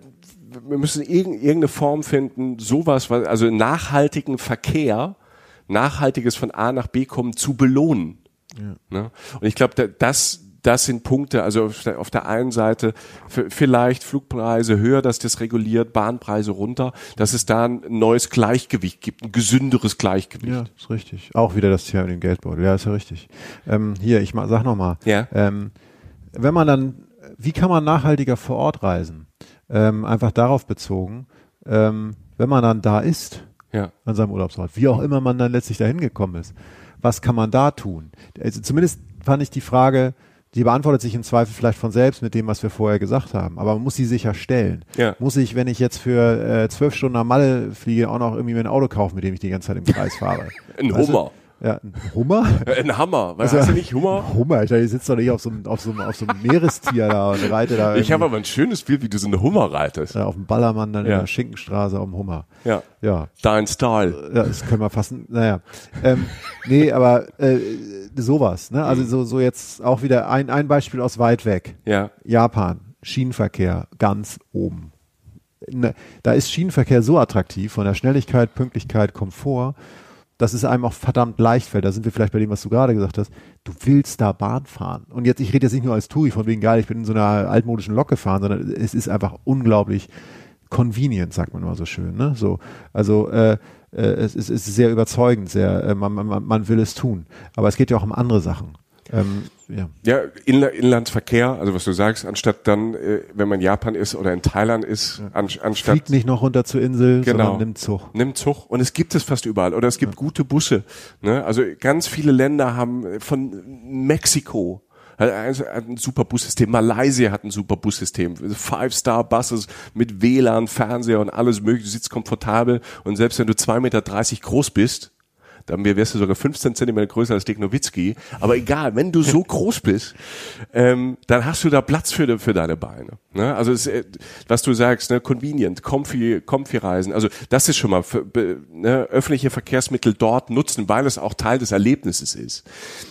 Wir müssen irgendeine Form finden, sowas, also nachhaltigen Verkehr, nachhaltiges von A nach B kommen zu belohnen. Ja. Und ich glaube, das, das sind Punkte, also auf der, auf der einen Seite vielleicht Flugpreise höher, dass das reguliert, Bahnpreise runter, dass es da ein neues Gleichgewicht gibt, ein gesünderes Gleichgewicht. Ja, ist richtig. Auch wieder das Thema mit dem Geldbeutel, ja, ist ja richtig. Ähm, hier, ich sag nochmal, ja. ähm, wenn man dann, wie kann man nachhaltiger vor Ort reisen? Ähm, einfach darauf bezogen, ähm, wenn man dann da ist, ja. an seinem Urlaubsort, wie auch immer man dann letztlich dahin gekommen ist, was kann man da tun? Also zumindest fand ich die Frage, die beantwortet sich im Zweifel vielleicht von selbst mit dem, was wir vorher gesagt haben, aber man muss sie sicher stellen. Ja. Muss ich, wenn ich jetzt für äh, zwölf Stunden nach Malle fliege, auch noch irgendwie mir ein Auto kaufen, mit dem ich die ganze Zeit im Kreis fahre? Ein weißt Hummer. Du? Ja, ein Hummer? Ein Hammer. Was, also, hast du nicht Hummer? Hummer, ich dachte, ich sitze doch nicht auf so einem, auf so einem, auf so einem Meerestier da und reite da. Ich habe aber ein schönes Bild, wie du so eine Hummer reitest. Ja, auf dem Ballermann, dann ja. in der Schinkenstraße auf dem Hummer. Ja. Ja. Dein Style. Ja, das können wir fassen. Naja. Ähm, nee, aber äh, sowas, ne? Also so, so jetzt auch wieder ein, ein Beispiel aus weit weg. Ja. Japan, Schienenverkehr, ganz oben. Ne, da ist Schienenverkehr so attraktiv von der Schnelligkeit, Pünktlichkeit, Komfort, dass es einem auch verdammt leicht fällt. Da sind wir vielleicht bei dem, was du gerade gesagt hast. Du willst da Bahn fahren. Und jetzt, ich rede jetzt nicht nur als Touri, von wegen geil, ich bin in so einer altmodischen Lok gefahren, sondern es ist einfach unglaublich convenient, sagt man immer so schön. Ne? So, also äh, äh, es, es ist sehr überzeugend, sehr, äh, man, man, man will es tun. Aber es geht ja auch um andere Sachen. Ähm, ja, ja Inla- Inlandsverkehr, also was du sagst, anstatt dann, äh, wenn man in Japan ist oder in Thailand ist, ja. an, anstatt... Fliegt nicht noch runter zur Insel, genau, sondern nimmt Zug. Nimmt Zug. Und es gibt es fast überall. Oder es gibt ja. gute Busse. Ne? Also ganz viele Länder haben von Mexiko hat ein super Bussystem. Malaysia hat ein super Bussystem. Five-Star-Buses mit W L A N, Fernseher und alles mögliche. Du sitzt komfortabel und selbst wenn du zwei Meter dreißig groß bist, dann wärst du sogar fünfzehn Zentimeter größer als Dirk Nowitzki. Aber egal, wenn du so groß bist, ähm, dann hast du da Platz für, für deine Beine. Ne? Also es, was du sagst, ne, convenient, comfy, comfy Reisen. Also das ist schon mal für, ne, öffentliche Verkehrsmittel dort nutzen, weil es auch Teil des Erlebnisses ist.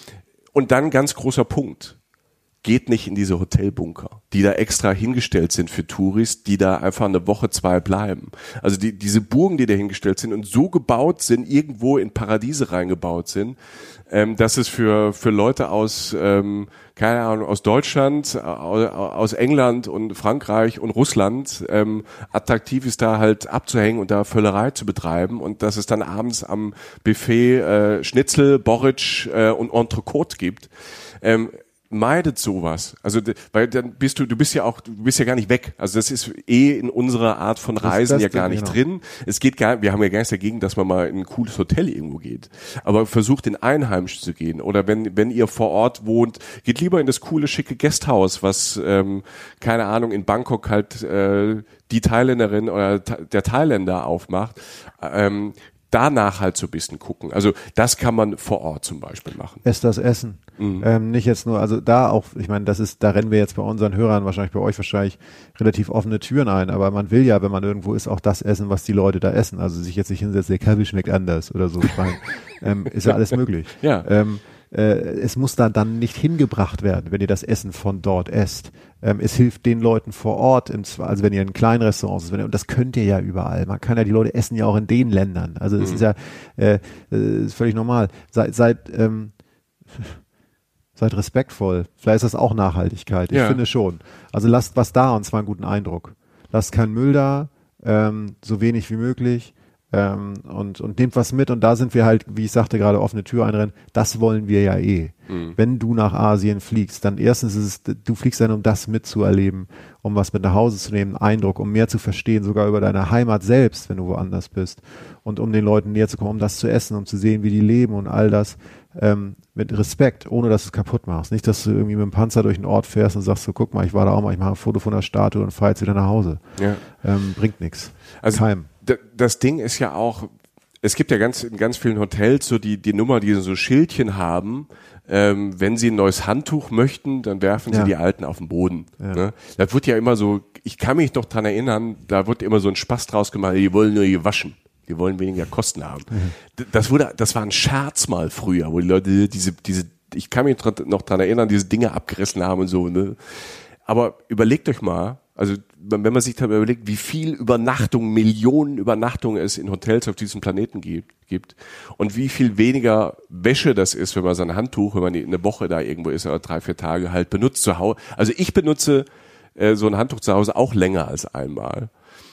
Und dann ganz großer Punkt. Geht nicht in diese Hotelbunker, die da extra hingestellt sind für Touris, die da einfach eine Woche, zwei bleiben. Also die, diese Burgen, die da hingestellt sind und so gebaut sind, irgendwo in Paradiese reingebaut sind, ähm, dass es für, für Leute aus, ähm, keine Ahnung, aus Deutschland, aus, aus England und Frankreich und Russland, ähm, attraktiv ist, da halt abzuhängen und da Völlerei zu betreiben und dass es dann abends am Buffet äh, Schnitzel, Borretsch äh, und Entrecote gibt. Ähm, Meidet sowas. Also, weil dann bist du, du bist ja auch, du bist ja gar nicht weg. Also das ist eh in unserer Art von Reisen ja gar nicht drin. Es geht gar, wir haben ja gar nichts dagegen, dass man mal in ein cooles Hotel irgendwo geht. Aber versucht in Einheimisch zu gehen. Oder wenn, wenn ihr vor Ort wohnt, geht lieber in das coole, schicke Guesthouse, was, ähm, keine Ahnung, in Bangkok halt, äh, die Thailänderin oder der Thailänder aufmacht. Ähm, danach halt so ein bisschen gucken. Also das kann man vor Ort zum Beispiel machen. Esst das Essen. Mhm. Ähm, nicht jetzt nur, also da auch, ich meine, das ist, da rennen wir jetzt bei unseren Hörern, wahrscheinlich bei euch wahrscheinlich relativ offene Türen ein, aber man will ja, wenn man irgendwo ist, auch das essen, was die Leute da essen. Also sich jetzt nicht hinsetzen, der Kaffee schmeckt anders oder so. Ich meine, ähm, ist ja alles möglich. Ja. Ähm, äh, es muss da dann nicht hingebracht werden, wenn ihr das Essen von dort esst. Ähm, es hilft den Leuten vor Ort, im, also wenn ihr in kleinen Restaurants ist, wenn ihr, und das könnt ihr ja überall. Man kann ja, die Leute essen ja auch in den Ländern. Also es mhm. ist ja äh, ist völlig normal. Seid, seid, ähm, seid respektvoll. Vielleicht ist das auch Nachhaltigkeit. Ich ja. finde schon. Also lasst was da und zwar einen guten Eindruck. Lasst keinen Müll da, ähm, so wenig wie möglich. Ähm, und, und nehmt was mit und da sind wir halt, wie ich sagte gerade, offene Tür einrennen, das wollen wir ja eh. Mhm. Wenn du nach Asien fliegst, dann erstens ist es, du fliegst dann, um das mitzuerleben, um was mit nach Hause zu nehmen, Eindruck, um mehr zu verstehen, sogar über deine Heimat selbst, wenn du woanders bist und um den Leuten näher zu kommen, um das zu essen, um zu sehen, wie die leben und all das ähm, mit Respekt, ohne dass du es kaputt machst. Nicht, dass du irgendwie mit dem Panzer durch den Ort fährst und sagst so, guck mal, ich war da auch mal, ich mache ein Foto von der Statue und fahre jetzt wieder nach Hause. Ja. Ähm, bringt nichts. Also Keim. Das Ding ist ja auch, es gibt ja ganz in ganz vielen Hotels so die die Nummer, die so Schildchen haben, ähm, wenn sie ein neues Handtuch möchten, dann werfen sie ja. die alten auf den Boden. Ja. Ne? Das wird ja immer so, ich kann mich noch dran erinnern, da wird immer so ein Spaß draus gemacht, die wollen nur gewaschen. Die wollen weniger Kosten haben. Mhm. Das wurde, das war ein Scherz mal früher, wo die Leute diese, diese, ich kann mich noch dran erinnern, diese Dinge abgerissen haben und so, ne? Aber überlegt euch mal, also wenn man sich da überlegt, wie viel Übernachtung, Millionen Übernachtungen es in Hotels auf diesem Planeten gibt, gibt und wie viel weniger Wäsche das ist, wenn man sein Handtuch, wenn man eine Woche da irgendwo ist oder drei, vier Tage halt benutzt zu Hause. Also ich benutze äh, so ein Handtuch zu Hause auch länger als einmal.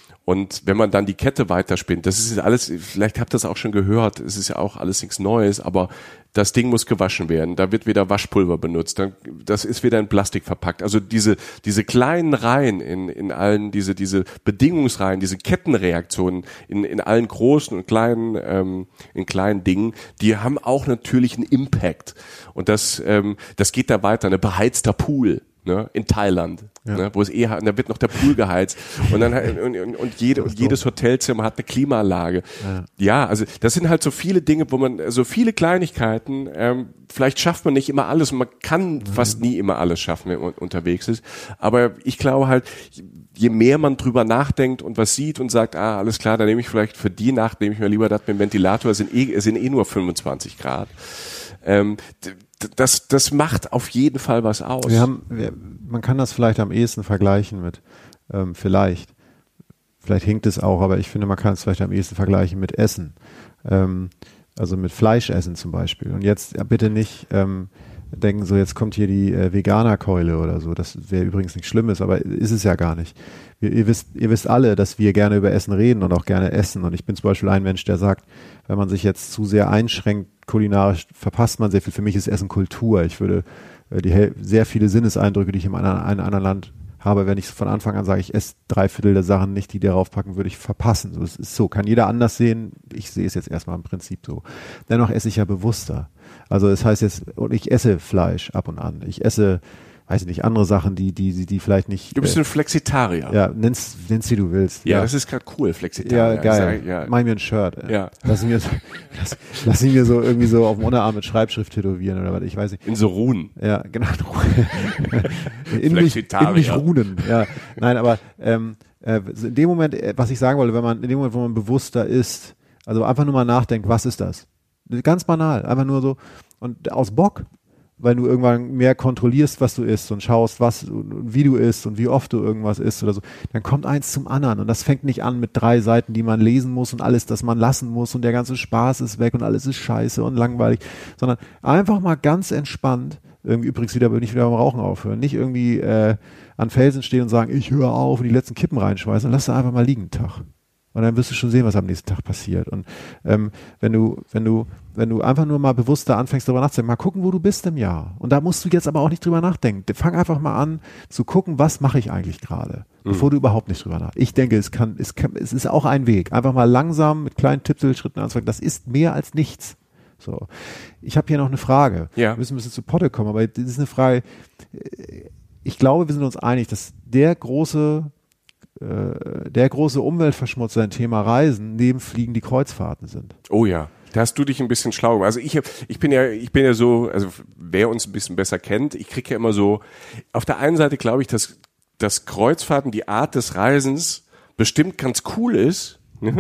Und wenn man dann die Kette weiterspinnt, das ist alles, vielleicht habt ihr das auch schon gehört, es ist ja auch alles nichts Neues, aber das Ding muss gewaschen werden, da wird wieder Waschpulver benutzt, dann, das ist wieder in Plastik verpackt. Also diese diese kleinen Reihen in in allen, diese diese Bedingungsreihen, diese Kettenreaktionen in in allen großen und kleinen ähm, in kleinen Dingen, die haben auch natürlich einen Impact. Und das ähm, das geht da weiter, ein beheizter Pool. Ne, in Thailand, ja. ne, wo es eh, da wird noch der Pool geheizt und dann und, und, und, jede, und jedes Hotelzimmer hat eine Klimaanlage. Ja. ja, also das sind halt so viele Dinge, wo man so viele Kleinigkeiten. Ähm, vielleicht schafft man nicht immer alles und man kann mhm. fast nie immer alles schaffen, wenn man unterwegs ist. Aber ich glaube halt, je mehr man drüber nachdenkt und was sieht und sagt, ah, alles klar, dann nehme ich vielleicht für die Nacht nehme ich mir lieber das mit dem Ventilator. Es sind eh, es sind eh nur fünfundzwanzig Grad. Ähm, Das, das macht auf jeden Fall was aus. Wir haben, wir, man kann das vielleicht am ehesten vergleichen mit, ähm, vielleicht, vielleicht hinkt es auch, aber ich finde, man kann es vielleicht am ehesten vergleichen mit Essen. Ähm, also mit Fleischessen zum Beispiel. Und jetzt ja, bitte nicht, ähm, denken so, jetzt kommt hier die äh, Veganerkeule oder so. Das wäre übrigens nichts Schlimmes, aber ist es ja gar nicht. Wir, ihr wisst, ihr wisst alle, dass wir gerne über Essen reden und auch gerne essen. Und ich bin zum Beispiel ein Mensch, der sagt, wenn man sich jetzt zu sehr einschränkt kulinarisch, verpasst man sehr viel. Für mich ist Essen Kultur. Ich würde äh, die sehr viele Sinneseindrücke, die ich in einem anderen Land habe, wenn ich von Anfang an sage, ich esse drei Viertel der Sachen nicht, die darauf packen, würde ich verpassen. So, es ist so, kann jeder anders sehen. Ich sehe es jetzt erstmal im Prinzip so. Dennoch esse ich ja bewusster. Also das heißt jetzt, und ich esse Fleisch ab und an. Ich esse, weiß ich nicht, andere Sachen, die, die, die vielleicht nicht. Du bist äh, ein Flexitarier. Ja, nenn's, nenn's wie du willst. Ja, ja. das ist gerade cool, Flexitarier. Ja, geil. Sag, ja. Mach mir ein Shirt. Ey. Ja. Lass ihn mir, so, lass, lass ihn mir so irgendwie so auf dem Unterarm mit Schreibschrift tätowieren oder was, ich weiß nicht. In so Runen. Ja, genau. in, mich, in mich runen. Ja, nein, aber ähm, äh, in dem Moment, was ich sagen wollte, wenn man in dem Moment, wo man bewusster ist, also einfach nur mal nachdenkt, was ist das? Ganz banal, einfach nur so und aus Bock, weil du irgendwann mehr kontrollierst, was du isst und schaust, was, wie du isst und wie oft du irgendwas isst oder so, dann kommt eins zum anderen und das fängt nicht an mit drei Seiten, die man lesen muss und alles, das man lassen muss und der ganze Spaß ist weg und alles ist scheiße und langweilig, sondern einfach mal ganz entspannt, irgendwie übrigens wieder, nicht wieder beim Rauchen aufhören, nicht irgendwie äh, an Felsen stehen und sagen, ich höre auf und die letzten Kippen reinschmeißen, lass da einfach mal liegen einen Tag. Und dann wirst du schon sehen, was am nächsten Tag passiert. Und ähm, wenn du, wenn du, wenn du einfach nur mal bewusster anfängst, darüber nachzudenken, mal gucken, wo du bist im Jahr. Und da musst du jetzt aber auch nicht drüber nachdenken. Fang einfach mal an zu gucken, was mache ich eigentlich gerade, mhm. bevor du überhaupt nicht drüber nachdenkst. Ich denke, es kann, es kann, es ist auch ein Weg. Einfach mal langsam mit kleinen Tippelschritten anzufangen. Das ist mehr als nichts. So. Ich habe hier noch eine Frage. Ja. Wir müssen ein bisschen zu Potte kommen, aber das ist eine Frage. Ich glaube, wir sind uns einig, dass der große der große Umweltverschmutzer im Thema Reisen neben Fliegen die Kreuzfahrten sind. Oh ja, da hast du dich ein bisschen schlau gemacht. Also ich, ich bin ja, ich bin ja so, also wer uns ein bisschen besser kennt, ich kriege ja immer so, auf der einen Seite glaube ich, dass, dass Kreuzfahrten, die Art des Reisens bestimmt ganz cool ist,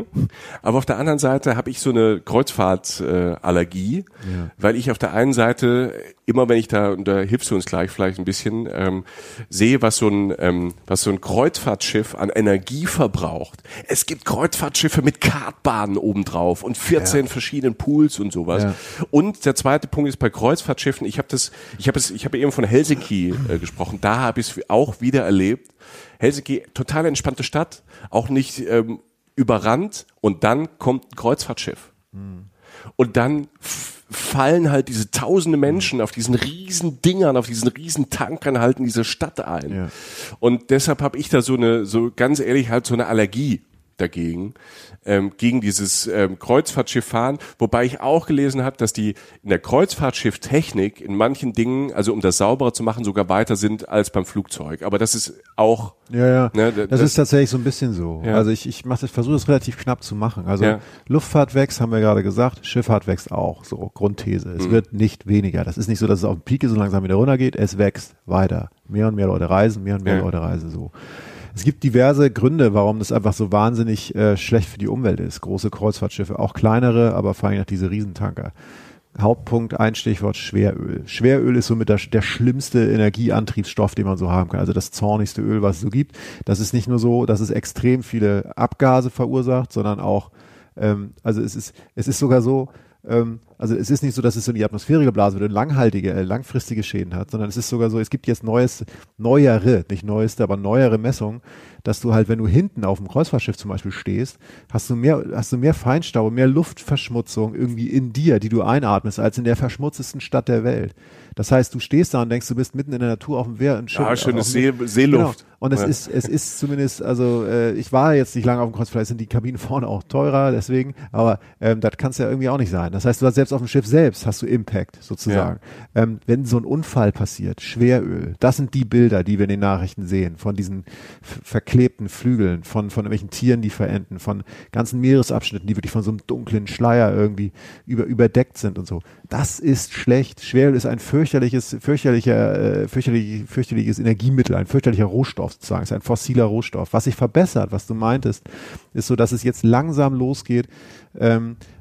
aber auf der anderen Seite habe ich so eine Kreuzfahrtallergie, äh, ja. weil ich auf der einen Seite immer, wenn ich da, und da hilfst du uns gleich vielleicht ein bisschen, ähm, sehe, was so ein ähm, was so ein Kreuzfahrtschiff an Energie verbraucht. Es gibt Kreuzfahrtschiffe mit Kartbahnen obendrauf und vierzehn ja. verschiedenen Pools und sowas. Ja. Und der zweite Punkt ist bei Kreuzfahrtschiffen, ich habe das, ich habe es, ich habe eben von Helsinki äh, gesprochen, da habe ich es auch wieder erlebt. Helsinki, total entspannte Stadt, auch nicht ähm, überrannt und dann kommt ein Kreuzfahrtschiff. Mhm. Und dann f- fallen halt diese tausende Menschen auf diesen riesen Dingern, auf diesen riesen Tankern halt in diese Stadt ein. Ja. Und deshalb habe ich da so eine, so ganz ehrlich halt so eine Allergie dagegen, ähm, gegen dieses ähm, Kreuzfahrtschiff fahren, wobei ich auch gelesen habe, dass die in der Kreuzfahrtschifftechnik in manchen Dingen, also um das sauberer zu machen, sogar weiter sind als beim Flugzeug. Aber das ist auch... Ja, ja, ne, das, das ist tatsächlich so ein bisschen so. Ja. Also ich, ich, mach, ich versuche es relativ knapp zu machen. Also ja. Luftfahrt wächst, haben wir gerade gesagt, Schifffahrt wächst auch, so Grundthese. Es mhm. wird nicht weniger. Das ist nicht so, dass es auf dem Peak so langsam wieder runtergeht, es wächst weiter. Mehr und mehr Leute reisen, mehr und mehr ja. Leute reisen so. Es gibt diverse Gründe, warum das einfach so wahnsinnig äh, schlecht für die Umwelt ist. Große Kreuzfahrtschiffe, auch kleinere, aber vor allem auch diese Riesentanker. Hauptpunkt, ein Stichwort Schweröl. Schweröl ist somit der, der schlimmste Energieantriebsstoff, den man so haben kann. Also das zornigste Öl, was es so gibt. Das ist nicht nur so, dass es extrem viele Abgase verursacht, sondern auch, ähm, also es ist, es ist sogar so, ähm, also es ist nicht so, dass es so in die Atmosphäre geblasen wird und langhaltige, äh, langfristige Schäden hat, sondern es ist sogar so, es gibt jetzt neues, neuere, nicht neueste, aber neuere Messungen, dass du halt, wenn du hinten auf dem Kreuzfahrtschiff zum Beispiel stehst, hast du mehr, hast du mehr Feinstaub, mehr Luftverschmutzung irgendwie in dir, die du einatmest, als in der verschmutztesten Stadt der Welt. Das heißt, du stehst da und denkst, du bist mitten in der Natur auf dem Wehr. Und ja, schöne See, Seeluft. Genau. Und es ja. ist, es ist zumindest, also äh, ich war jetzt nicht lange auf dem Kreuz, vielleicht sind die Kabinen vorne auch teurer, deswegen, aber ähm, das kann es ja irgendwie auch nicht sein. Das heißt, du hast selbst auf dem Schiff selbst hast du Impact sozusagen. Ja. Ähm, wenn so ein Unfall passiert, Schweröl, das sind die Bilder, die wir in den Nachrichten sehen, von diesen f- verklebten Flügeln, von, von irgendwelchen Tieren, die verenden, von ganzen Meeresabschnitten, die wirklich von so einem dunklen Schleier irgendwie über, überdeckt sind und so. Das ist schlecht. Schweröl ist ein fürchterliches, fürchterlicher, äh, fürchterlich, fürchterliches Energiemittel, ein fürchterlicher Rohstoff sozusagen, ist ein fossiler Rohstoff. Was sich verbessert, was du meintest, ist so, dass es jetzt langsam losgeht, ähm,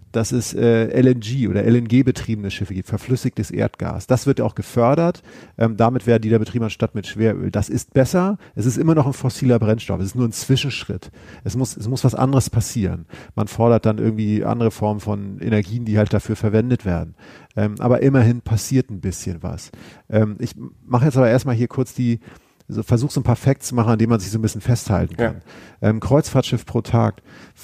dass es äh, L N G oder L N G-betriebene Schiffe gibt, verflüssigtes Erdgas. Das wird auch gefördert. Ähm, damit werden die da betrieben anstatt mit Schweröl. Das ist besser. Es ist immer noch ein fossiler Brennstoff. Es ist nur ein Zwischenschritt. Es muss, es muss was anderes passieren. Man fordert dann irgendwie andere Formen von Energien, die halt dafür verwendet werden. Ähm, aber immerhin passiert ein bisschen was. Ähm, ich mache jetzt aber erstmal hier kurz die So, versuch so ein paar Facts zu machen, an denen man sich so ein bisschen festhalten kann. Ja. Ähm, Kreuzfahrtschiff pro Tag.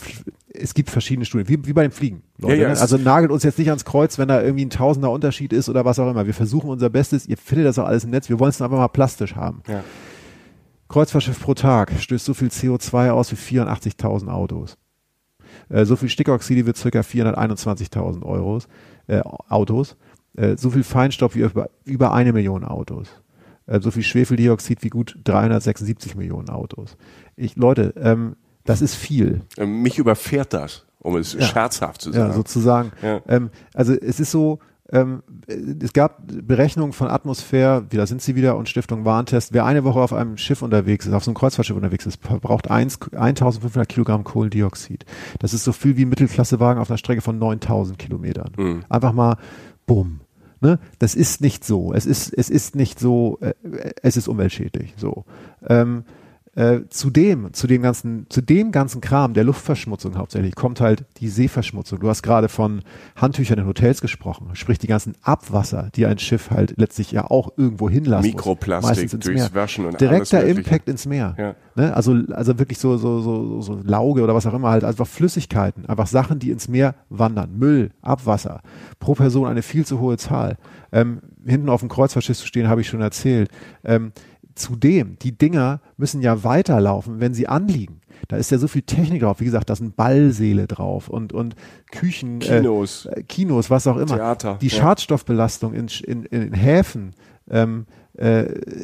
Es gibt verschiedene Studien, wie, wie bei dem Fliegen. Leute, ja, ja, ne? Also nagelt uns jetzt nicht ans Kreuz, wenn da irgendwie ein tausender Unterschied ist oder was auch immer. Wir versuchen unser Bestes. Ihr findet das auch alles im Netz. Wir wollen es einfach mal plastisch haben. Ja. Kreuzfahrtschiff pro Tag stößt so viel C O zwei aus wie vierundachtzigtausend Autos. Äh, so viel Stickoxide wie circa vierhunderteinundzwanzigtausend Euros, äh, Autos. Äh, so viel Feinstaub wie über, über eine Million Autos. So viel Schwefeldioxid wie gut dreihundertsechsundsiebzig Millionen Autos. Ich, Leute, ähm, das ist viel. Mich überfährt das, um es ja. scherzhaft zu sagen. Ja, sozusagen. Ja. Ähm, also es ist so, ähm, es gab Berechnungen von Atmosphäre, wieder sind sie wieder, und Stiftung Warentest. Wer eine Woche auf einem Schiff unterwegs ist, auf so einem Kreuzfahrtschiff unterwegs ist, verbraucht eintausendfünfhundert Kilogramm Kohlendioxid. Das ist so viel wie ein Mittelklassewagen auf einer Strecke von neuntausend Kilometern. Mhm. Einfach mal, bumm. Ne? Das ist nicht so. Es ist, es ist nicht so, äh, es ist umweltschädlich. So. Ähm, äh, zudem, zu dem ganzen, zu dem ganzen Kram der Luftverschmutzung hauptsächlich kommt halt die Seeverschmutzung. Du hast gerade von Handtüchern in Hotels gesprochen, sprich die ganzen Abwasser, die ein Schiff halt letztlich ja auch irgendwo hinlassen Mikroplastik muss. durchs Waschen und direkter alles Impact ins Meer. Ja. Ne? Also, also wirklich so, so, so, so Lauge oder was auch immer halt, einfach Flüssigkeiten, einfach Sachen, die ins Meer wandern. Müll, Abwasser. Pro Person eine viel zu hohe Zahl. Ähm, hinten auf dem Kreuzfahrtschiff zu stehen, habe ich schon erzählt. Ähm, Zudem, die Dinger müssen ja weiterlaufen, wenn sie anliegen. Da ist ja so viel Technik drauf. Wie gesagt, da sind Ballsäle drauf und, und Küchen, Kinos, äh, Kinos, was auch immer. Theater. Die ja. Schadstoffbelastung in, in, in Häfen, ähm, äh,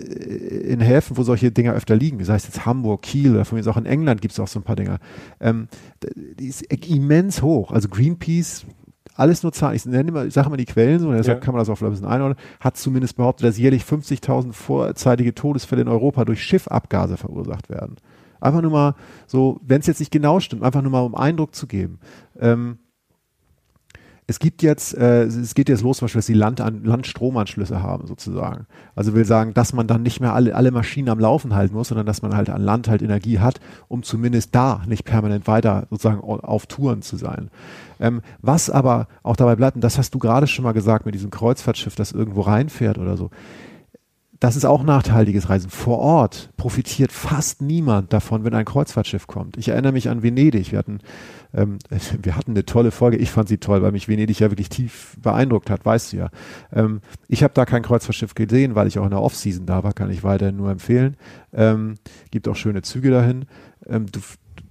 in Häfen, wo solche Dinger öfter liegen, wie heißt jetzt Hamburg, Kiel oder von mir auch in England gibt es auch so ein paar Dinger, ähm, die ist immens hoch. Also Greenpeace, alles nur Zahlen, ich nenne immer, ich sage mal die Quellen so, deshalb ja. kann man das auch vielleicht ein bisschen einordnen, hat zumindest behauptet, dass jährlich fünfzigtausend vorzeitige Todesfälle in Europa durch Schiffabgase verursacht werden. Einfach nur mal so, wenn es jetzt nicht genau stimmt, einfach nur mal um Eindruck zu geben. Ähm, es gibt jetzt, äh, es geht jetzt los, zum Beispiel, dass die Land an, Landstromanschlüsse haben sozusagen. Also will sagen, dass man dann nicht mehr alle, alle Maschinen am Laufen halten muss, sondern dass man halt an Land halt Energie hat, um zumindest da nicht permanent weiter sozusagen auf Touren zu sein. Ähm, was aber auch dabei bleibt, und das hast du gerade schon mal gesagt mit diesem Kreuzfahrtschiff, das irgendwo reinfährt oder so, das ist auch nachteiliges Reisen. Vor Ort profitiert fast niemand davon, wenn ein Kreuzfahrtschiff kommt. Ich erinnere mich an Venedig. Wir hatten, ähm, wir hatten eine tolle Folge. Ich fand sie toll, weil mich Venedig ja wirklich tief beeindruckt hat, weißt du ja. Ähm, ich habe da kein Kreuzfahrtschiff gesehen, weil ich auch in der Off-Season da war, kann ich weiterhin nur empfehlen. Ähm, gibt auch schöne Züge dahin. Ähm, du,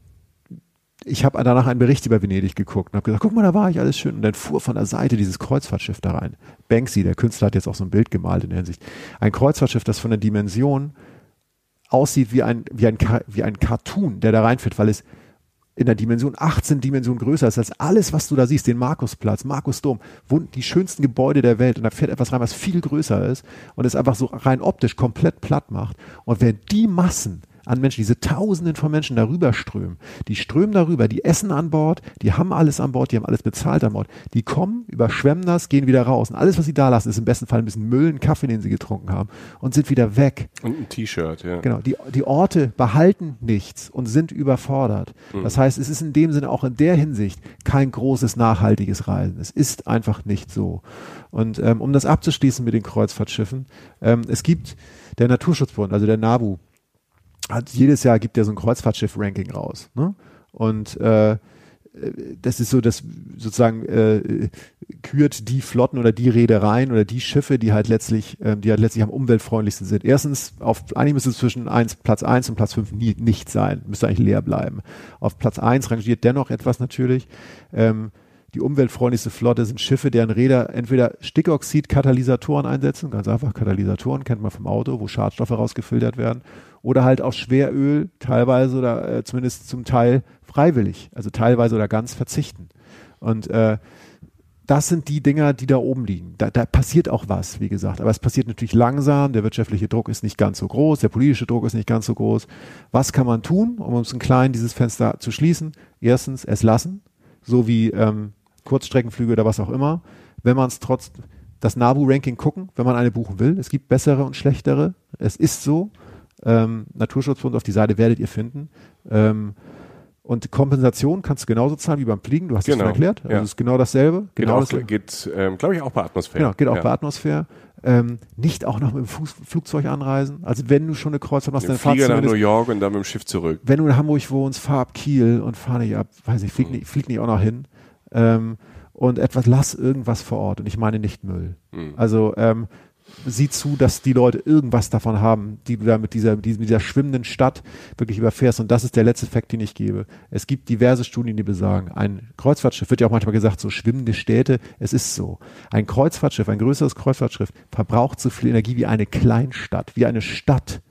ich habe danach einen Bericht über Venedig geguckt und habe gesagt, guck mal, da war ich, alles schön. Und dann fuhr von der Seite dieses Kreuzfahrtschiff da rein. Banksy, der Künstler, hat jetzt auch so ein Bild gemalt in der Hinsicht. Ein Kreuzfahrtschiff, das von der Dimension aussieht wie ein, wie ein, wie ein Cartoon, der da reinfährt, weil es in der Dimension achtzehn Dimensionen größer ist als alles, was du da siehst, den Markusplatz, Markusdom, wo die schönsten Gebäude der Welt, und da fährt etwas rein, was viel größer ist und es einfach so rein optisch komplett platt macht. Und wer die Massen an Menschen, diese Tausenden von Menschen darüber strömen, die strömen darüber, die essen an Bord, die haben alles an Bord, die haben alles bezahlt an Bord, die kommen, überschwemmen das, gehen wieder raus und alles, was sie da lassen, ist im besten Fall ein bisschen Müll, ein Kaffee, den sie getrunken haben und sind wieder weg. Und ein T-Shirt, ja. Genau, die, die Orte behalten nichts und sind überfordert. Mhm. Das heißt, es ist in dem Sinne auch in der Hinsicht kein großes, nachhaltiges Reisen. Es ist einfach nicht so. Und ähm, um das abzuschließen mit den Kreuzfahrtschiffen, ähm, es gibt der Naturschutzbund, also der NABU, hat jedes Jahr gibt er so ein Kreuzfahrtschiff-Ranking raus. Ne? Und äh, das ist so, dass sozusagen äh, kürt die Flotten oder die Reedereien oder die Schiffe, die halt letztlich, äh, die halt letztlich am umweltfreundlichsten sind. Erstens, auf eigentlich müsste es zwischen eins, Platz eins und Platz fünf nie, nicht sein. Müsste eigentlich leer bleiben. Auf Platz eins rangiert dennoch etwas natürlich. Ähm, Die umweltfreundlichste Flotte sind Schiffe, deren Räder entweder Stickoxid-Katalysatoren einsetzen, ganz einfach Katalysatoren, kennt man vom Auto, wo Schadstoffe rausgefiltert werden, oder halt auch Schweröl, teilweise oder äh, zumindest zum Teil freiwillig, also teilweise oder ganz verzichten. Und äh, das sind die Dinger, die da oben liegen. Da, da passiert auch was, wie gesagt, aber es passiert natürlich langsam, der wirtschaftliche Druck ist nicht ganz so groß, der politische Druck ist nicht ganz so groß. Was kann man tun, um uns ein klein dieses Fenster zu schließen? Erstens, es lassen, so wie ähm, Kurzstreckenflüge oder was auch immer. Wenn man es trotz das NABU-Ranking gucken, wenn man eine buchen will. Es gibt bessere und schlechtere. Es ist so. Ähm, Naturschutzbund auf die Seite werdet ihr finden. Ähm, und Kompensation kannst du genauso zahlen wie beim Fliegen. Du hast es Genau, schon erklärt. Also ja. es ist genau dasselbe. Geht, Genau auch, dasselbe. geht ähm, glaube ich, auch bei Atmosphäre. Genau, geht auch ja. bei Atmosphäre. Ähm, nicht auch noch mit dem Fuß, Flugzeug anreisen. Also wenn du schon eine Kreuzfahrt machst, Den dann fahr Flieger nach zumindest- New York und dann mit dem Schiff zurück. wenn du in Hamburg wohnst, fahr ab Kiel und fahr nicht ab, weiß nicht, flieg, Mhm. nicht, flieg nicht auch noch hin. Ähm, und etwas, lass irgendwas vor Ort. Und ich meine nicht Müll. Mhm. Also ähm, sieh zu, dass die Leute irgendwas davon haben, die du da mit dieser, mit dieser schwimmenden Stadt wirklich überfährst. Und das ist der letzte Fakt, den ich gebe. Es gibt diverse Studien, die besagen, ein Kreuzfahrtschiff, wird ja auch manchmal gesagt, so schwimmende Städte, es ist so. Ein Kreuzfahrtschiff, ein größeres Kreuzfahrtschiff verbraucht so viel Energie wie eine Kleinstadt, wie eine Stadt.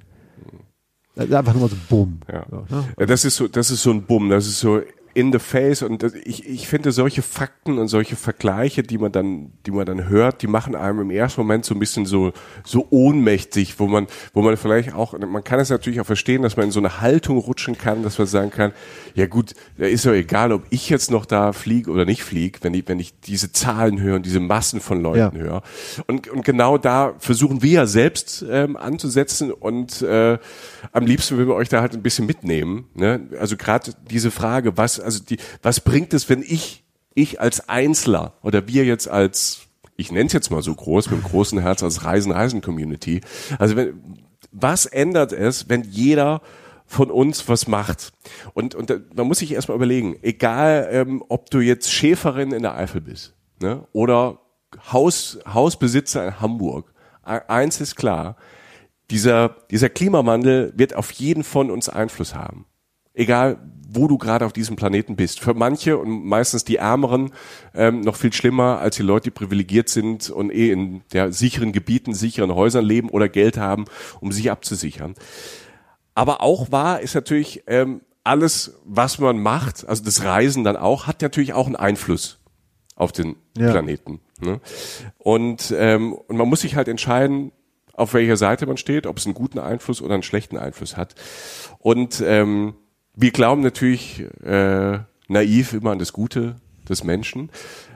Das ist einfach nur so bumm. Ja. So, ne? Ja, das ist so, das ist so ein Bumm, das ist so in the face und das, ich, ich finde solche Fakten und solche Vergleiche, die man dann, die man dann hört, die machen einem im ersten Moment so ein bisschen so, so ohnmächtig, wo man, wo man vielleicht auch, man kann es natürlich auch verstehen, dass man in so eine Haltung rutschen kann, dass man sagen kann, ja gut, da ist ja egal, ob ich jetzt noch da fliege oder nicht fliege, wenn ich, wenn ich diese Zahlen höre und diese Massen von Leuten Ja. höre. Und, und genau da versuchen wir ja selbst ähm, anzusetzen und äh, am liebsten würden wir euch da halt ein bisschen mitnehmen. Ne? Also gerade diese Frage, was, also die, was bringt es, wenn ich, ich als Einzler oder wir jetzt als, ich nenne es jetzt mal so groß, mit dem großen Herz als Reisen-Reisen-Community, also wenn, was ändert es, wenn jeder von uns was macht? Und, und da, man muss sich erstmal überlegen, egal ähm, ob du jetzt Schäferin in der Eifel bist, ne? oder Haus, Hausbesitzer in Hamburg, e- eins ist klar, dieser, dieser Klimawandel wird auf jeden von uns Einfluss haben. Egal, wo du gerade auf diesem Planeten bist. Für manche und meistens die Ärmeren ähm, noch viel schlimmer als die Leute, die privilegiert sind und eh in der sicheren Gebieten, sicheren Häusern leben oder Geld haben, um sich abzusichern. Aber auch wahr ist natürlich, ähm, alles, was man macht, also das Reisen dann auch, hat natürlich auch einen Einfluss auf den Ja. Planeten. Ne? Und, ähm, und man muss sich halt entscheiden, auf welcher Seite man steht, ob es einen guten Einfluss oder einen schlechten Einfluss hat. Und ähm, wir glauben natürlich äh, naiv immer an das Gute des Menschen.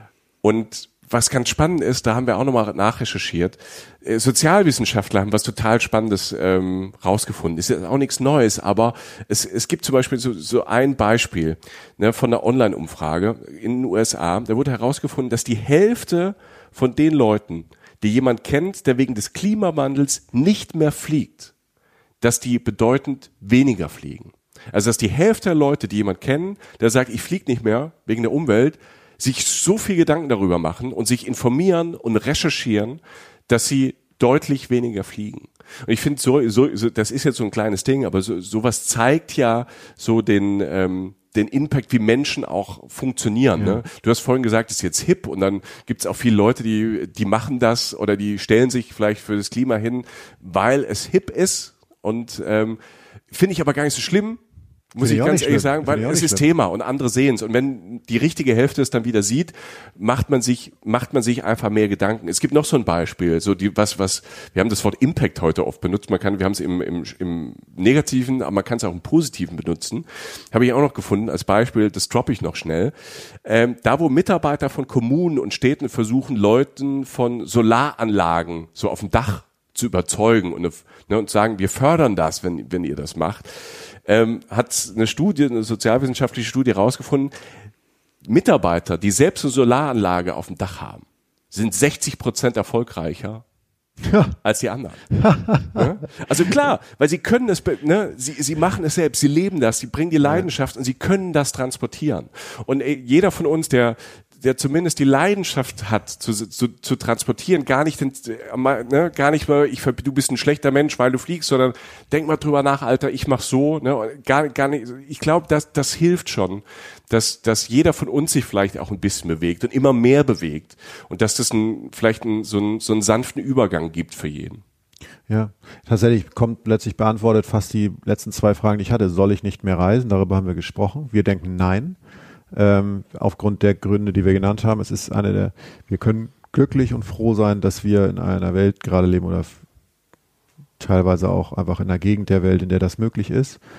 Und was ganz spannend ist, da haben wir auch nochmal nachrecherchiert, äh, Sozialwissenschaftler haben was total Spannendes ähm, rausgefunden. Ist ja auch nichts Neues, aber es, es gibt zum Beispiel so, so ein Beispiel ne, von einer Online-Umfrage in den U S A. Da wurde herausgefunden, dass die Hälfte von den Leuten, die jemand kennt, der wegen des Klimawandels nicht mehr fliegt, dass die bedeutend weniger fliegen. Also dass die Hälfte der Leute, die jemand kennen, der sagt, ich fliege nicht mehr wegen der Umwelt, sich so viel Gedanken darüber machen und sich informieren und recherchieren, dass sie deutlich weniger fliegen. Und ich finde, so, so, so, das ist jetzt so ein kleines Ding, aber so, sowas zeigt ja so den, ähm, den Impact, wie Menschen auch funktionieren. Ja. Ne? Du hast vorhin gesagt, es ist jetzt hip und dann gibt es auch viele Leute, die, die machen das oder die stellen sich vielleicht für das Klima hin, weil es hip ist und ähm, finde ich aber gar nicht so schlimm. Muss Finde ich ich auch ganz nicht ehrlich schlimm. sagen, weil Finde ich auch es nicht ist schlimm. Thema und andere sehen es. Und wenn die richtige Hälfte es dann wieder sieht, macht man sich, macht man sich einfach mehr Gedanken. Es gibt noch so ein Beispiel, so die, was, was, wir haben das Wort Impact heute oft benutzt. Man kann, wir haben es im, im, im Negativen, aber man kann es auch im Positiven benutzen. Habe ich auch noch gefunden als Beispiel, das droppe ich noch schnell. Ähm, da, wo Mitarbeiter von Kommunen und Städten versuchen, Leuten von Solaranlagen so auf dem Dach zu überzeugen und, ne, und sagen, wir fördern das, wenn, wenn ihr das macht. Ähm, hat eine Studie, eine sozialwissenschaftliche Studie herausgefunden, Mitarbeiter, die selbst eine Solaranlage auf dem Dach haben, sind sechzig Prozent erfolgreicher Ja. als die anderen. Ne? Also klar, weil sie können es, ne, sie, sie machen es selbst, sie leben das, sie bringen die Leidenschaft und sie können das transportieren. Und ey, jeder von uns, der der zumindest die Leidenschaft hat, zu, zu, zu transportieren, gar nicht, den, ne, gar nicht mal, ich, du bist ein schlechter Mensch, weil du fliegst, sondern denk mal drüber nach, Alter, ich mach so, ne, gar, gar nicht, ich glaube, das, das hilft schon, dass, dass jeder von uns sich vielleicht auch ein bisschen bewegt und immer mehr bewegt und dass das ein, vielleicht ein, so, ein, so einen sanften Übergang gibt für jeden. Ja, tatsächlich kommt letztlich beantwortet fast die letzten zwei Fragen, die ich hatte. Soll ich nicht mehr reisen? Darüber haben wir gesprochen. Wir denken nein. Ähm, aufgrund der Gründe, die wir genannt haben. Es ist eine der, wir können glücklich und froh sein, dass wir in einer Welt gerade leben oder f- teilweise auch einfach in einer Gegend der Welt, in der das möglich ist.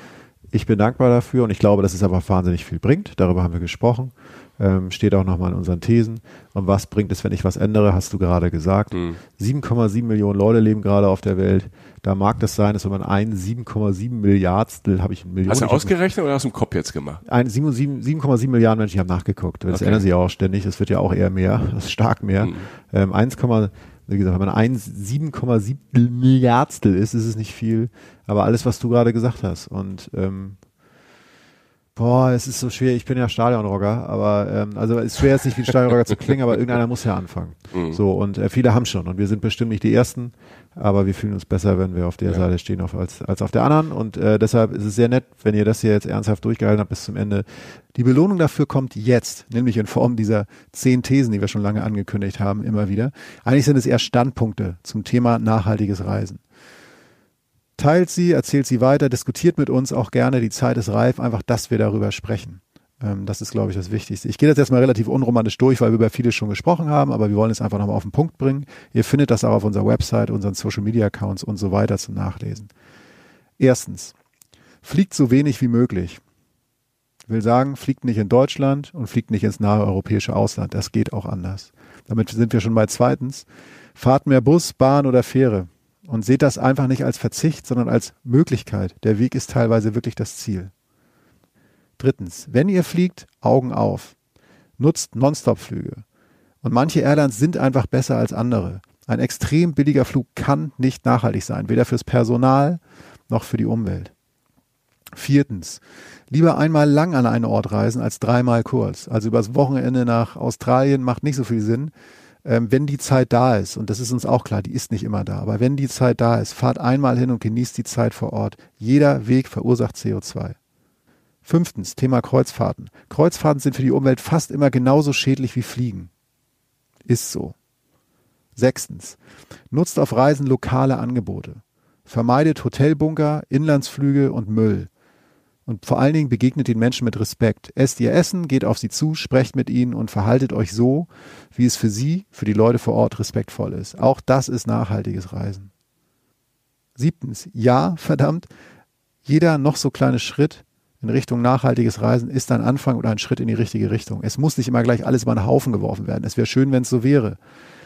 Ich bin dankbar dafür und ich glaube, dass es aber wahnsinnig viel bringt. Darüber haben wir gesprochen. Ähm, steht auch nochmal in unseren Thesen. Und was bringt es, wenn ich was ändere, hast du gerade gesagt. Mhm. sieben Komma sieben Millionen Leute leben gerade auf der Welt. Da mag das sein, dass wenn man ein sieben Komma sieben Milliardstel, habe ich ein Million. Hast du ausgerechnet oder aus dem Kopf jetzt gemacht? Ein sieben Komma sieben Milliarden Menschen, ich habe nachgeguckt. Das okay. ändert sich auch ständig. Das wird ja auch eher mehr. Das ist stark mehr. Mhm. Ähm, eins, wie gesagt, wenn man ein sieben Komma sieben Milliardstel ist, ist es nicht viel. Aber alles, was du gerade gesagt hast. Und ähm, boah, es ist so schwer. Ich bin ja Stadionrocker, aber ähm, also es ist schwer, jetzt nicht wie ein Stadionrocker zu klingen, aber irgendeiner muss ja anfangen. Mhm. So, und äh, viele haben schon. Und wir sind bestimmt nicht die Ersten, aber wir fühlen uns besser, wenn wir auf der ja. Seite stehen auf, als, als auf der anderen. Und äh, deshalb ist es sehr nett, wenn ihr das hier jetzt ernsthaft durchgehalten habt bis zum Ende. Die Belohnung dafür kommt jetzt, nämlich in Form dieser zehn Thesen, die wir schon lange angekündigt haben, immer wieder. Eigentlich sind es eher Standpunkte zum Thema nachhaltiges Reisen. Teilt sie, erzählt sie weiter, diskutiert mit uns auch gerne. Die Zeit ist reif, einfach, dass wir darüber sprechen. Ähm, das ist, glaube ich, das Wichtigste. Ich gehe das jetzt mal relativ unromantisch durch, weil wir über vieles schon gesprochen haben, aber wir wollen es einfach nochmal auf den Punkt bringen. Ihr findet das auch auf unserer Website, unseren Social-Media-Accounts und so weiter zum Nachlesen. Erstens, fliegt so wenig wie möglich. Ich will sagen, fliegt nicht in Deutschland und fliegt nicht ins nahe europäische Ausland. Das geht auch anders. Damit sind wir schon bei zweitens. Fahrt mehr Bus, Bahn oder Fähre. Und seht das einfach nicht als Verzicht, sondern als Möglichkeit. Der Weg ist teilweise wirklich das Ziel. Drittens, wenn ihr fliegt, Augen auf. Nutzt Nonstop-Flüge. Und manche Airlines sind einfach besser als andere. Ein extrem billiger Flug kann nicht nachhaltig sein, weder fürs Personal noch für die Umwelt. Viertens, lieber einmal lang an einen Ort reisen als dreimal kurz. Also übers Wochenende nach Australien macht nicht so viel Sinn. Ähm, wenn die Zeit da ist, und das ist uns auch klar, die ist nicht immer da, aber wenn die Zeit da ist, fahrt einmal hin und genießt die Zeit vor Ort. Jeder Weg verursacht C O zwei. Fünftens, Thema Kreuzfahrten. Kreuzfahrten sind für die Umwelt fast immer genauso schädlich wie Fliegen. Ist so. Sechstens, nutzt auf Reisen lokale Angebote. Vermeidet Hotelbunker, Inlandsflüge und Müll. Und vor allen Dingen begegnet den Menschen mit Respekt. Esst ihr Essen, geht auf sie zu, sprecht mit ihnen und verhaltet euch so, wie es für sie, für die Leute vor Ort respektvoll ist. Auch das ist nachhaltiges Reisen. Siebtens, ja, verdammt, jeder noch so kleine Schritt in Richtung nachhaltiges Reisen ist ein Anfang oder ein Schritt in die richtige Richtung. Es muss nicht immer gleich alles über den Haufen geworfen werden. Es wäre schön, wenn es so wäre.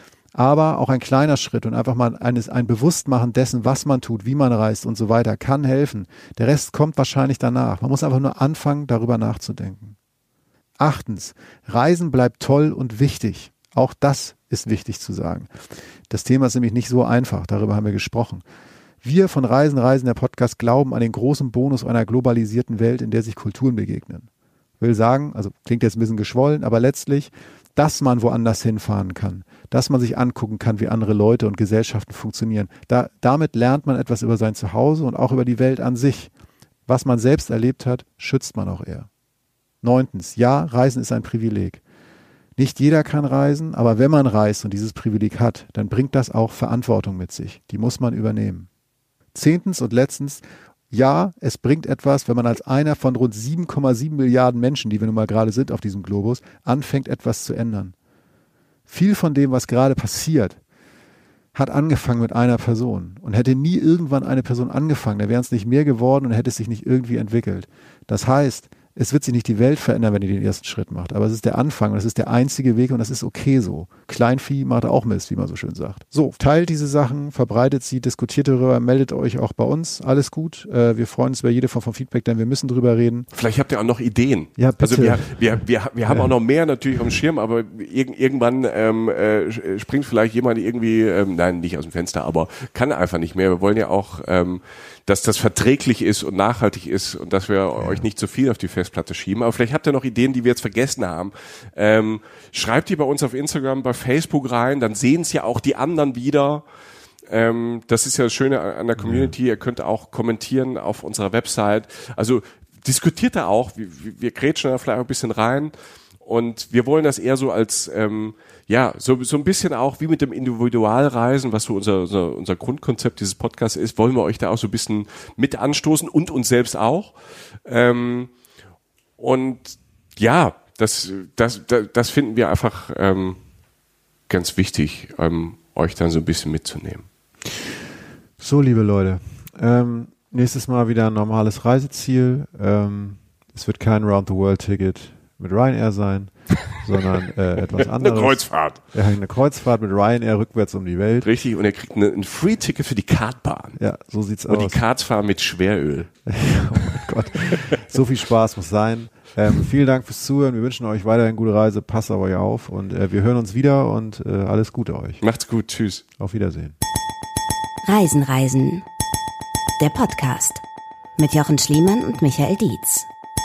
Aber auch ein kleiner Schritt und einfach mal eines, ein Bewusstmachen dessen, was man tut, wie man reist und so weiter, kann helfen. Der Rest kommt wahrscheinlich danach. Man muss einfach nur anfangen, darüber nachzudenken. Achtens, Reisen bleibt toll und wichtig. Auch das ist wichtig zu sagen. Das Thema ist nämlich nicht so einfach, darüber haben wir gesprochen. Wir von Reisen, Reisen, der Podcast, glauben an den großen Bonus einer globalisierten Welt, in der sich Kulturen begegnen. Ich will sagen, also klingt jetzt ein bisschen geschwollen, aber letztlich, dass man woanders hinfahren kann, dass man sich angucken kann, wie andere Leute und Gesellschaften funktionieren. Da, damit lernt man etwas über sein Zuhause und auch über die Welt an sich. Was man selbst erlebt hat, schützt man auch eher. Neuntens, ja, Reisen ist ein Privileg. Nicht jeder kann reisen, aber wenn man reist und dieses Privileg hat, dann bringt das auch Verantwortung mit sich. Die muss man übernehmen. Zehntens und letztens, ja, es bringt etwas, wenn man als einer von rund sieben Komma sieben Milliarden Menschen, die wir nun mal gerade sind auf diesem Globus, anfängt, etwas zu ändern. Viel von dem, was gerade passiert, hat angefangen mit einer Person. Und hätte nie irgendwann eine Person angefangen, da wären es nicht mehr geworden und hätte es sich nicht irgendwie entwickelt. Das heißt, es wird sich nicht die Welt verändern, wenn ihr den ersten Schritt macht. Aber es ist der Anfang und es ist der einzige Weg und das ist okay so. Kleinvieh macht auch Mist, wie man so schön sagt. So, teilt diese Sachen, verbreitet sie, diskutiert darüber, meldet euch auch bei uns. Alles gut. Äh, wir freuen uns über jede Form von Feedback, denn wir müssen drüber reden. Vielleicht habt ihr auch noch Ideen. Ja, bitte. Also wir, wir, wir, wir haben ja. auch noch mehr natürlich auf dem Schirm, aber irg- irgendwann ähm, äh, springt vielleicht jemand irgendwie, ähm, nein, nicht aus dem Fenster, aber kann einfach nicht mehr. Wir wollen ja auch, ähm, dass das verträglich ist und nachhaltig ist und dass wir ja. euch nicht zu viel auf die Festplatte schieben. Aber vielleicht habt ihr noch Ideen, die wir jetzt vergessen haben. Ähm, schreibt die bei uns auf Instagram, bei Facebook rein, dann sehen es ja auch die anderen wieder. Ähm, das ist ja das Schöne an der Community. Ja. Ihr könnt auch kommentieren auf unserer Website. Also diskutiert da auch. Wir, wir grätschen da vielleicht ein bisschen rein. Und wir wollen das eher so als, ähm, ja, so, so ein bisschen auch wie mit dem Individualreisen, was so unser, unser, unser Grundkonzept dieses Podcasts ist, wollen wir euch da auch so ein bisschen mit anstoßen und uns selbst auch. Ähm, und ja, das, das, das, das finden wir einfach ähm, ganz wichtig, ähm, euch dann so ein bisschen mitzunehmen. So, liebe Leute, ähm, Nächstes Mal wieder ein normales Reiseziel. Ähm, es wird kein Round-the-World-Ticket mit Ryanair sein, sondern äh, etwas anderes. Eine Kreuzfahrt. Ja, eine Kreuzfahrt mit Ryanair rückwärts um die Welt. Richtig, und er kriegt eine, ein Free-Ticket für die Kartbahn. Ja, so sieht's und aus. Und die Karts fahren mit Schweröl. Oh mein Gott. So viel Spaß muss sein. Ähm, vielen Dank fürs Zuhören. Wir wünschen euch weiterhin gute Reise. Passt auf euch auf und äh, wir hören uns wieder und äh, alles Gute euch. Macht's gut. Tschüss. Auf Wiedersehen. Reisen, Reisen. Der Podcast mit Jochen Schliemann und Michael Dietz.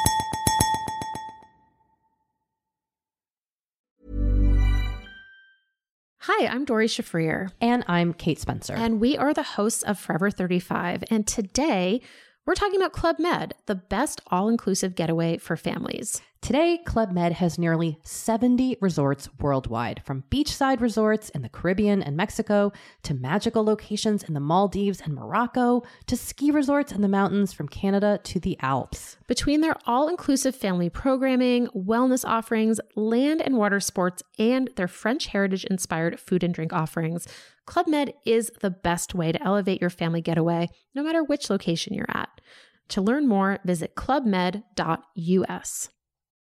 Hi, I'm Dori Shafrir. And I'm Kate Spencer. And we are the hosts of Forever thirty-five. And today, we're talking about Club Med, the best all-inclusive getaway for families. Today, Club Med has nearly seventy resorts worldwide, from beachside resorts in the Caribbean and Mexico, to magical locations in the Maldives and Morocco, to ski resorts in the mountains from Canada to the Alps. Between their all-inclusive family programming, wellness offerings, land and water sports, and their French heritage-inspired food and drink offerings, Club Med is the best way to elevate your family getaway, no matter which location you're at. To learn more, visit club med dot U S.